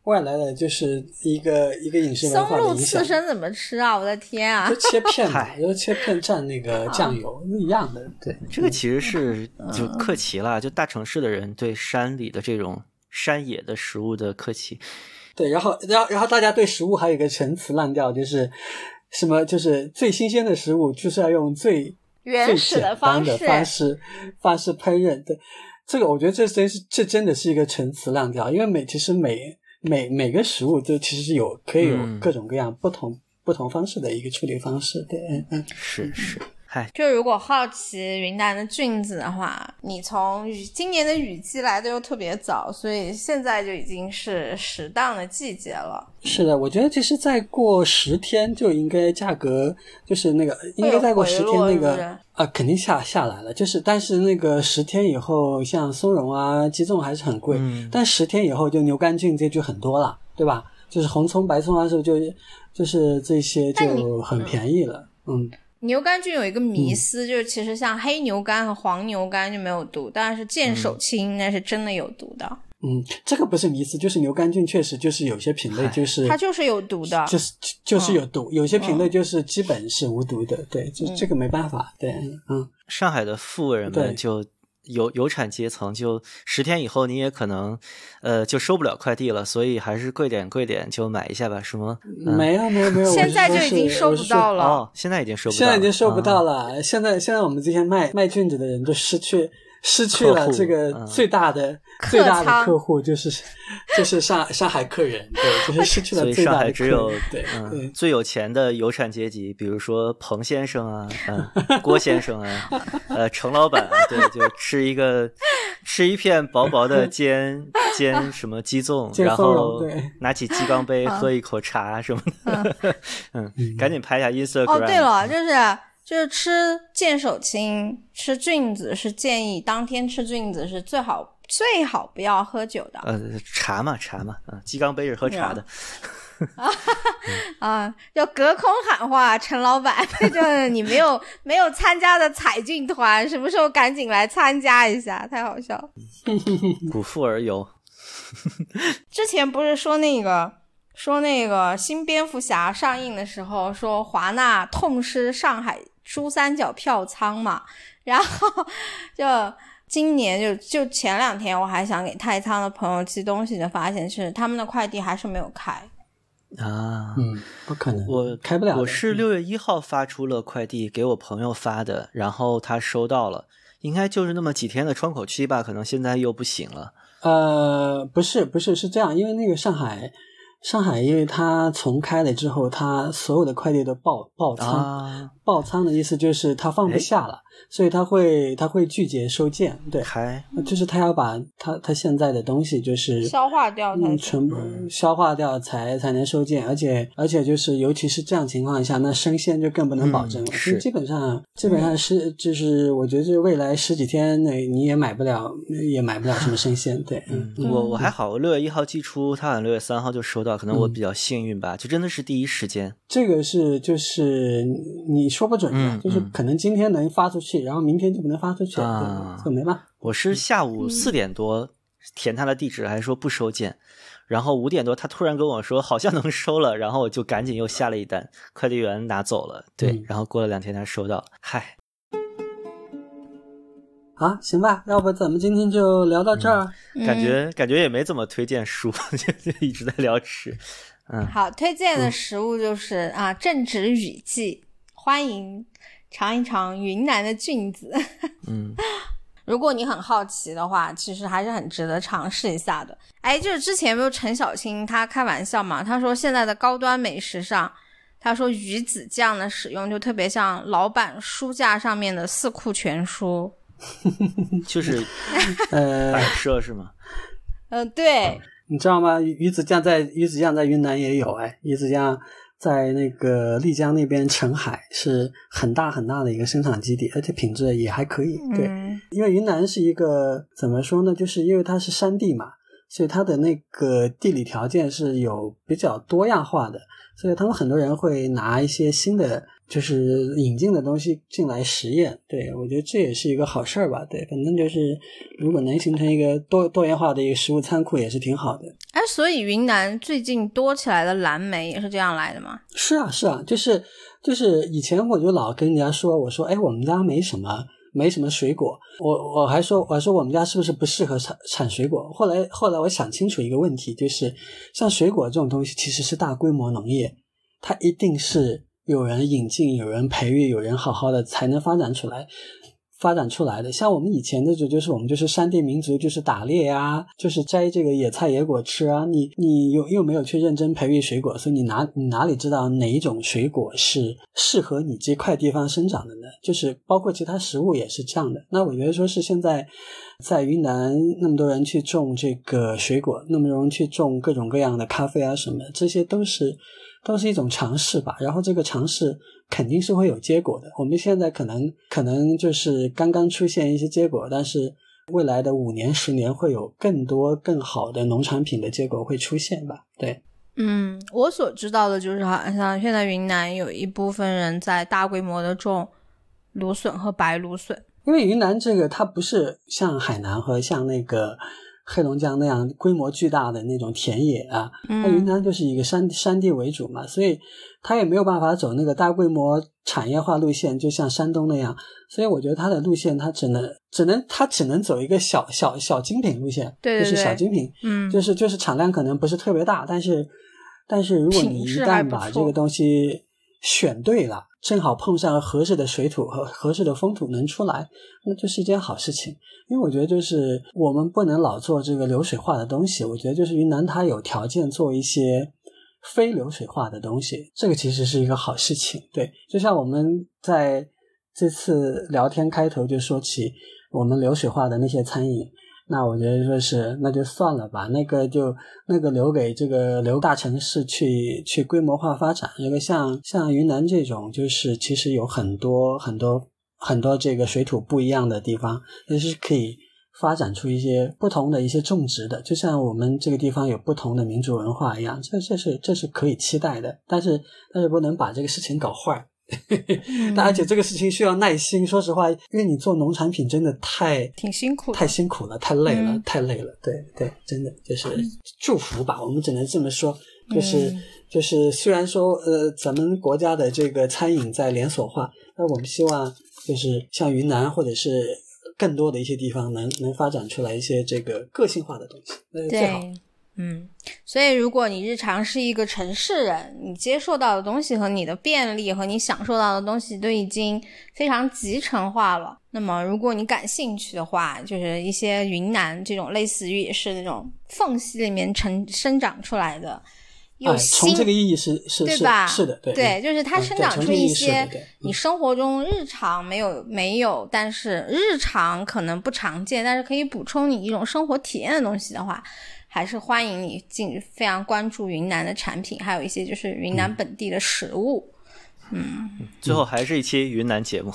外来的就是一个饮食文松露化的影响刺。身怎么吃啊？我的天啊就！切片嘛，就切片蘸那个酱油一样的。对， 这个其实是就客气啦，就大城市的人对山里的这种山野的食物的客气。 对，然后大家对食物还有一个陈词滥调，就是什么，就是最新鲜的食物就是要用最原始的方式烹饪。对，这个我觉得这真的是一个陈词滥调，因为其实每个食物都其实是可以有各种各样不同方式的一个处理方式。对， 是。嗨， 就如果好奇云南的菌子的话，你从今年的雨季来的又特别早，所以现在就已经是适当的季节了。 是的，我觉得其实再过10天就应该价格就是那个应该再过10天那个肯定下来了，就是但是那个10天以后像松茸啊鸡枞还是很贵，但10天以后就牛肝菌这就很多了，对吧？就是红葱白葱啊就是这些就很便宜了。 牛肝菌有一个迷思，就是其实像黑牛肝和黄牛肝就没有毒，但是剑手青那是真的有毒的。 这个不是迷思，就是牛肝菌确实就是有些品类就是它就是有毒的， 就是有毒，有些品类就是基本是无毒的。对，这个没办法。对， 上海的富人们就有产阶层，就10天以后你也可能就收不了快递了，所以还是贵点就买一下吧。什么没有现在就已经收不到了。 现在已经收不到了， 现在已经收不到了。现在我们这些卖菌子的人都失去了这个最大的客户，就是上海客人。对，就是失去了最大的客人。 所以上海只有对最有钱的有产阶级，比如说彭先生啊，郭先生啊，程老板啊，对，就吃一片薄薄的煎什么鸡枞，然后拿起鸡缸杯喝一口茶什么的。赶紧拍一下 Instagram。 对了，就是吃剑手青吃菌子是建议当天吃菌子是最好不要喝酒的。 茶嘛，鸡缸杯是喝茶的。 就隔空喊话陈老板，就是你没有参加的采菌团，什么时候赶紧来参加一下，太好笑了。 不负而游。 之前不是说那个新蝙蝠侠上映的时候说华纳痛失上海珠三角票仓嘛，然后就今年就前2天我还想给太仓的朋友寄东西的发现是他们的快递还是没有开啊。 不可能， 我开不了。 我是6月1号发出了快递给我朋友发的，然后他收到了，应该就是那么几天的窗口期吧，可能现在又不行了。 不是是这样，因为那个上海因为它重开了之后，它所有的快递都爆仓。爆仓的意思就是它放不下了，所以它会拒绝收件。对，就是它要把它现在的东西就是消化掉才全部消化掉才能收件，而且就是尤其是这样情况下，那生鲜就更不能保证了。所以基本上是就是我觉得未来10几天内你也买不了什么生鲜。对， 我还好，我6月1号寄出，他好像6月3号就收到，可能我比较幸运吧，就真的是第一时间。 这个就是你说不准的，就是可能今天能发出去，然后明天就不能发出去，这个没办法。 我是下午4点多填他的地址，还说不收件，然后5点多他突然跟我说好像能收了，然后我就赶紧又下了一单，快递员拿走了。对，然后过了2天他收到了。嗨， 好，行吧，要不咱们今天就聊到这儿。 感觉也没怎么推荐书，就一直在聊吃。 好，推荐的食物就是正值雨季，欢迎尝一尝云南的菌子。如果你很好奇的话，其实还是很值得尝试一下的。就是之前不是陈小青他开玩笑嘛，他说现在的高端美食上，他说鱼子酱的使用就特别像老板书架上面的四库全书。 就是摆设是吗？ 对。 你知道吗？鱼子酱在云南也有。鱼子酱在那个丽江那边澄海是很大很大的一个生产基地，而且品质也还可以。对，因为云南是一个怎么说呢，就是因为它是山地嘛，所以它的那个地理条件是有比较多样化的，所以他们很多人会拿一些新的就是引进的东西进来实验，对，我觉得这也是一个好事儿吧。对，反正就是如果能形成一个多元化的一个食物仓库也是挺好的。 哎，所以云南最近多起来的蓝莓也是这样来的吗？ 是啊是啊，就是以前我就老跟人家说，我说哎我们家没什么水果，我还说我们家是不是不适合产水果。后来我想清楚一个问题，就是像水果这种东西其实是大规模农业，它一定是有人引进，有人培育，有人好好的才能发展出来的。像我们以前的就是我们就是山地民族，就是打猎啊，就是摘这个野菜野果吃啊，你又没有去认真培育水果，所以你哪里知道哪一种水果是适合你这块地方生长的呢？就是包括其他食物也是这样的。那我觉得说是现在在云南那么多人去种这个水果，那么多人去种各种各样的咖啡啊什么，这些都是一种尝试吧，然后这个尝试肯定是会有结果的。我们现在可能就是刚刚出现一些结果，但是未来的5年10年会有更多更好的农产品的结果会出现吧。对， 我所知道的就是好像现在云南有一部分人在大规模的种芦笋和白芦笋。 因为云南这个它不是像海南和像那个黑龙江那样规模巨大的那种田野啊，那云南就是一个山地为主嘛，所以它也没有办法走那个大规模产业化路线，就像山东那样。所以我觉得它的路线它只能走一个小精品路线， 对对对， 就是小精品，就是产量可能不是特别大，但是如果你一旦把这个东西选对了，正好碰上合适的水土和合适的风土能出来，那就是一件好事情。因为我觉得就是我们不能老做这个流水化的东西，我觉得就是云南它有条件做一些非流水化的东西，这个其实是一个好事情。对，就像我们在这次聊天开头就说起我们流水化的那些餐饮，那我觉得说是那就算了吧，那个留给这个大城市去规模化发展。这个像云南这种，就是其实有很多这个水土不一样的地方，也是可以发展出一些不同的一些种植的，就像我们这个地方有不同的民族文化一样，这是可以期待的，但是不能把这个事情搞坏。而且这个事情需要耐心，说实话，因为你做农产品真的挺辛苦的，太辛苦了，太累了，太累了。对对，真的就是祝福吧，我们只能这么说。就是虽然说咱们国家的这个餐饮在连锁化，那我们希望就是像云南或者是更多的一些地方能发展出来一些这个个性化的东西，那是最好。 所以如果你日常是一个城市人，你接受到的东西和你的便利和你享受到的东西都已经非常集成化了，那么如果你感兴趣的话，就是一些云南这种类似于也是那种缝隙里面生长出来的从这个意义是对吧？ 是的， 对，就是它生长出一些你生活中日常没有，但是日常可能不常见，但是可以补充你一种生活体验的东西的话，还是欢迎你非常关注云南的产品，还有一些就是云南本地的食物。 最后还是一期云南节目。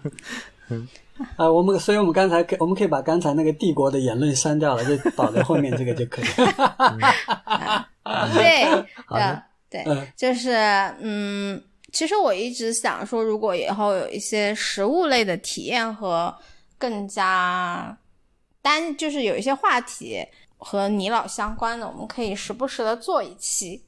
所以我们刚才我们可以把刚才那个帝国的言论删掉了，就保留后面这个就可以。 对，就是其实我一直想说，如果以后有一些食物类的体验和更加就是有一些话题和你老相关的，我们可以时不时的做一期。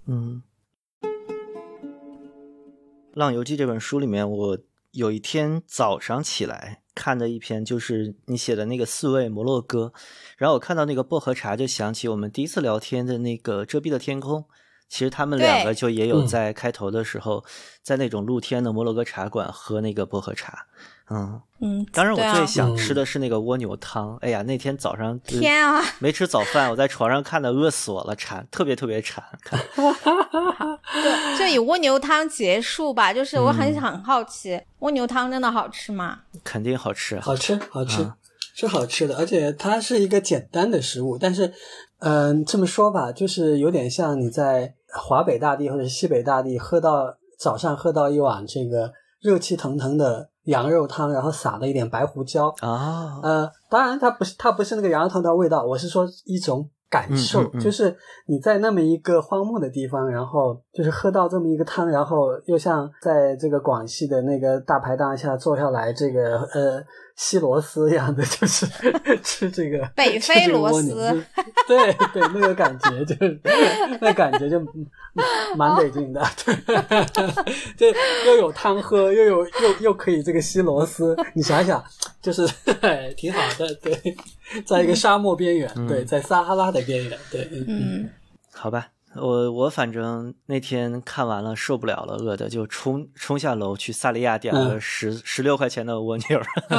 浪游记这本书里面，我有一天早上起来看的一篇就是你写的那个4味摩洛哥，然后我看到那个薄荷茶就想起我们第一次聊天的那个遮蔽的天空，其实他们两个就也有在开头的时候在那种露天的摩洛哥茶馆喝那个薄荷茶。当然我最想吃的是那个蜗牛汤。哎呀，那天早上天啊， 没吃早饭，我在床上看的饿死我了，特别馋。 对，就以蜗牛汤结束吧。就是我很好奇，蜗牛汤真的好吃吗？ 肯定好吃， 好吃，是好吃的，而且它是一个简单的食物。但是这么说吧，就是有点像你在华北大地或者西北大地早上喝到一碗这个热气腾腾的羊肉汤，然后撒了一点白胡椒啊。 当然它不是那个羊肉汤的味道，我是说一种感受，就是你在那么一个荒漠的地方，然后就是喝到这么一个汤，然后又像在这个广西的那个大排档下坐下来这个西螺丝一样的，就是吃这个北非螺丝， 对对，那个感觉就是那感觉就蛮得劲的，对，又有汤喝，又可以这个西螺丝，你想想，就是挺好的，对，在一个沙漠边缘，对，在撒哈拉的边缘，对， 好吧。我反正那天看完了受不了了，饿的就冲下楼去萨莉亚点了16块钱的蜗牛。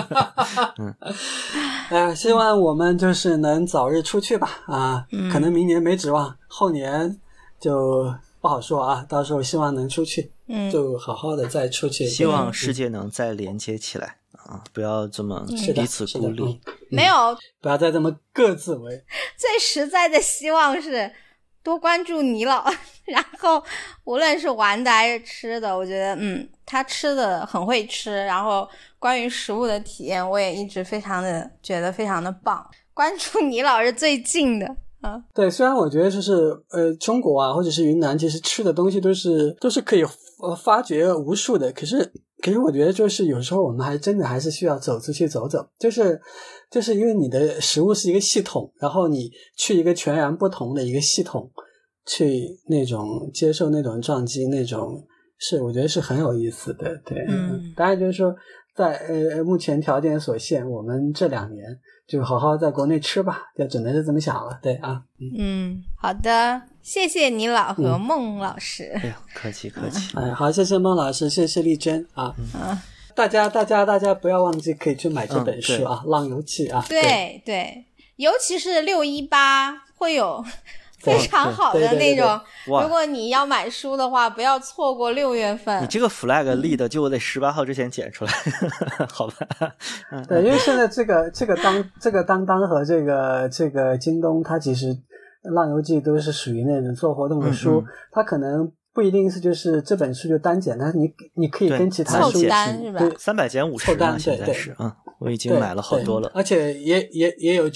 希望我们就是能早日出去吧啊，可能明年没指望，后年就不好说啊，到时候希望能出去，就好好的再出去。 希望世界能再连接起来啊，不要这么彼此孤立。 没有， 不要再这么各自为。 最实在的希望是多关注你老，然后无论是玩的还是吃的，我觉得他吃的很会吃，然后关于食物的体验我也一直觉得非常的棒。关注你老是最近的啊。对， 虽然我觉得就是中国啊或者是云南其实吃的东西都是可以发掘无数的，可是我觉得就是有时候我们真的还是需要走出去走走，就是因为你的食物是一个系统，然后你去一个全然不同的一个系统去那种接受那种撞击，那种我觉得是很有意思的，对，当然就是说在目前条件所限，我们这2年就好好在国内吃吧，就只能是这么想了，对啊， 好的，谢谢你老和孟老师。 哎呦，客气。 好，谢谢孟老师，谢谢丽珍啊。大家不要忘记可以去买这本书啊，浪游记啊。 对，尤其是618会有非常好的那种，如果你要买书的话，不要错过6月份。 你这个 flag 立的就得18号之前剪出来，好吧？ 对，因为现在这个当当和这个京东，它其实浪游记都是属于那种做活动的书，它可能不一定是就是这本书就单减，但是你可以跟其他书凑单是吧 ？300减50呢，现在是我已经买了好多了， 而且也有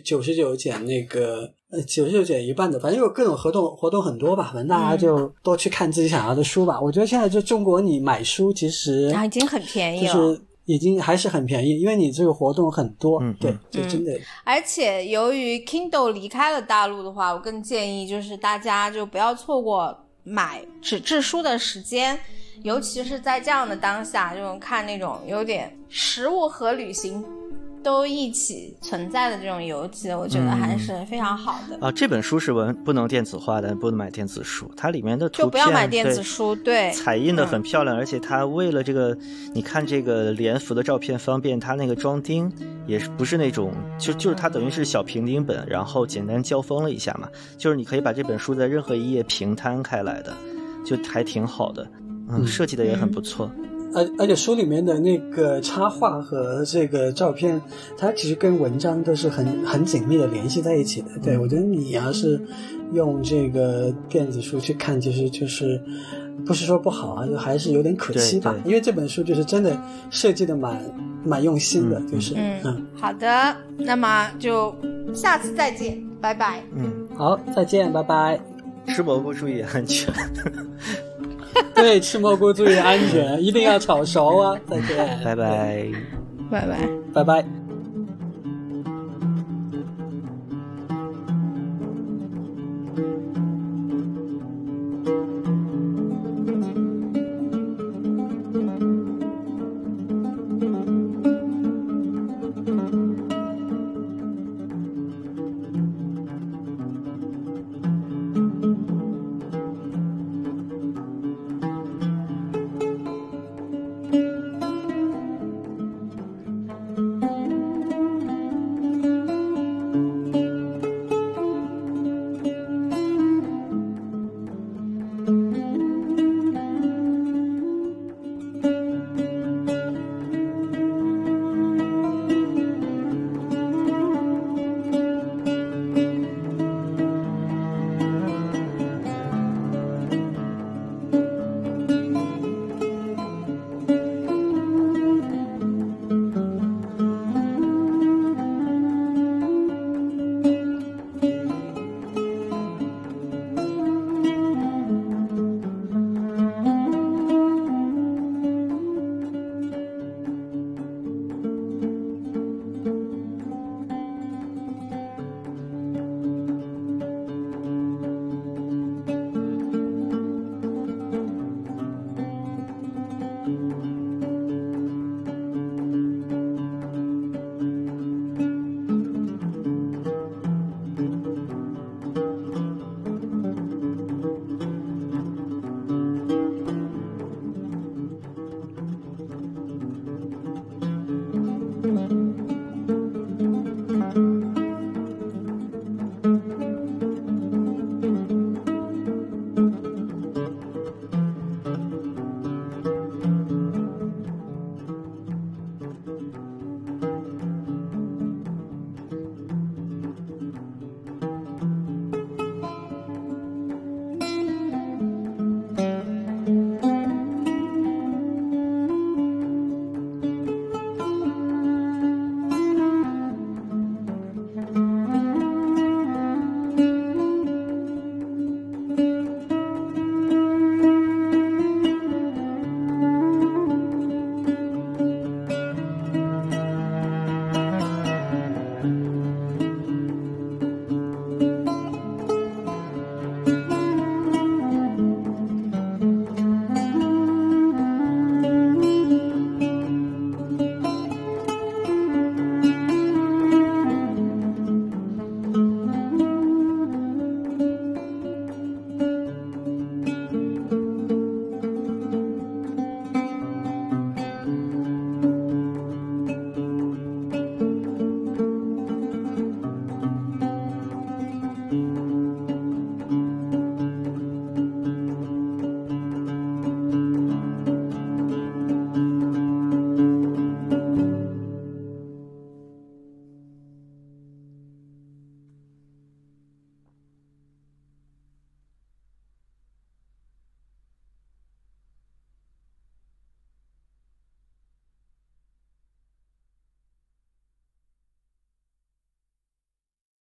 99减那个99减一半的，反正有各种活动很多吧，反正大家就多去看自己想要的书吧。我觉得现在就中国你买书其实已经很便宜了， 就是已经还是很便宜，因为你这个活动很多，对，就真的。 而且由于 Kindle 离开了大陆的话，我更建议就是大家就不要错过买纸质书的时间，尤其是在这样的当下，这种看那种有点食物和旅行都一起存在的这种游记，我觉得还是非常好的。 这本书是不能电子化的，不能买电子书，它里面的图片就不要买电子书，对， 彩印的很漂亮，而且它为了这个，你看这个连幅的照片方便，它那个装订也不是那种就是它等于是小平顶本，然后简单胶封了一下嘛，就是你可以把这本书在任何一页平摊开来的，就还挺好的，设计的也很不错。 而且书里面的那个插画和这个照片，它其实跟文章都是很紧密的联系在一起的。对，我觉得你要是用这个电子书去看，就是不是说不好啊，就还是有点可惜吧。因为这本书就是真的设计的蛮用心的，就是好的，那么就下次再见，拜拜。 好，再见，拜拜。 吃蘑菇注意安全。 对，吃蘑菇注意安全，一定要炒熟啊！再见， 拜拜， 拜拜， 拜拜。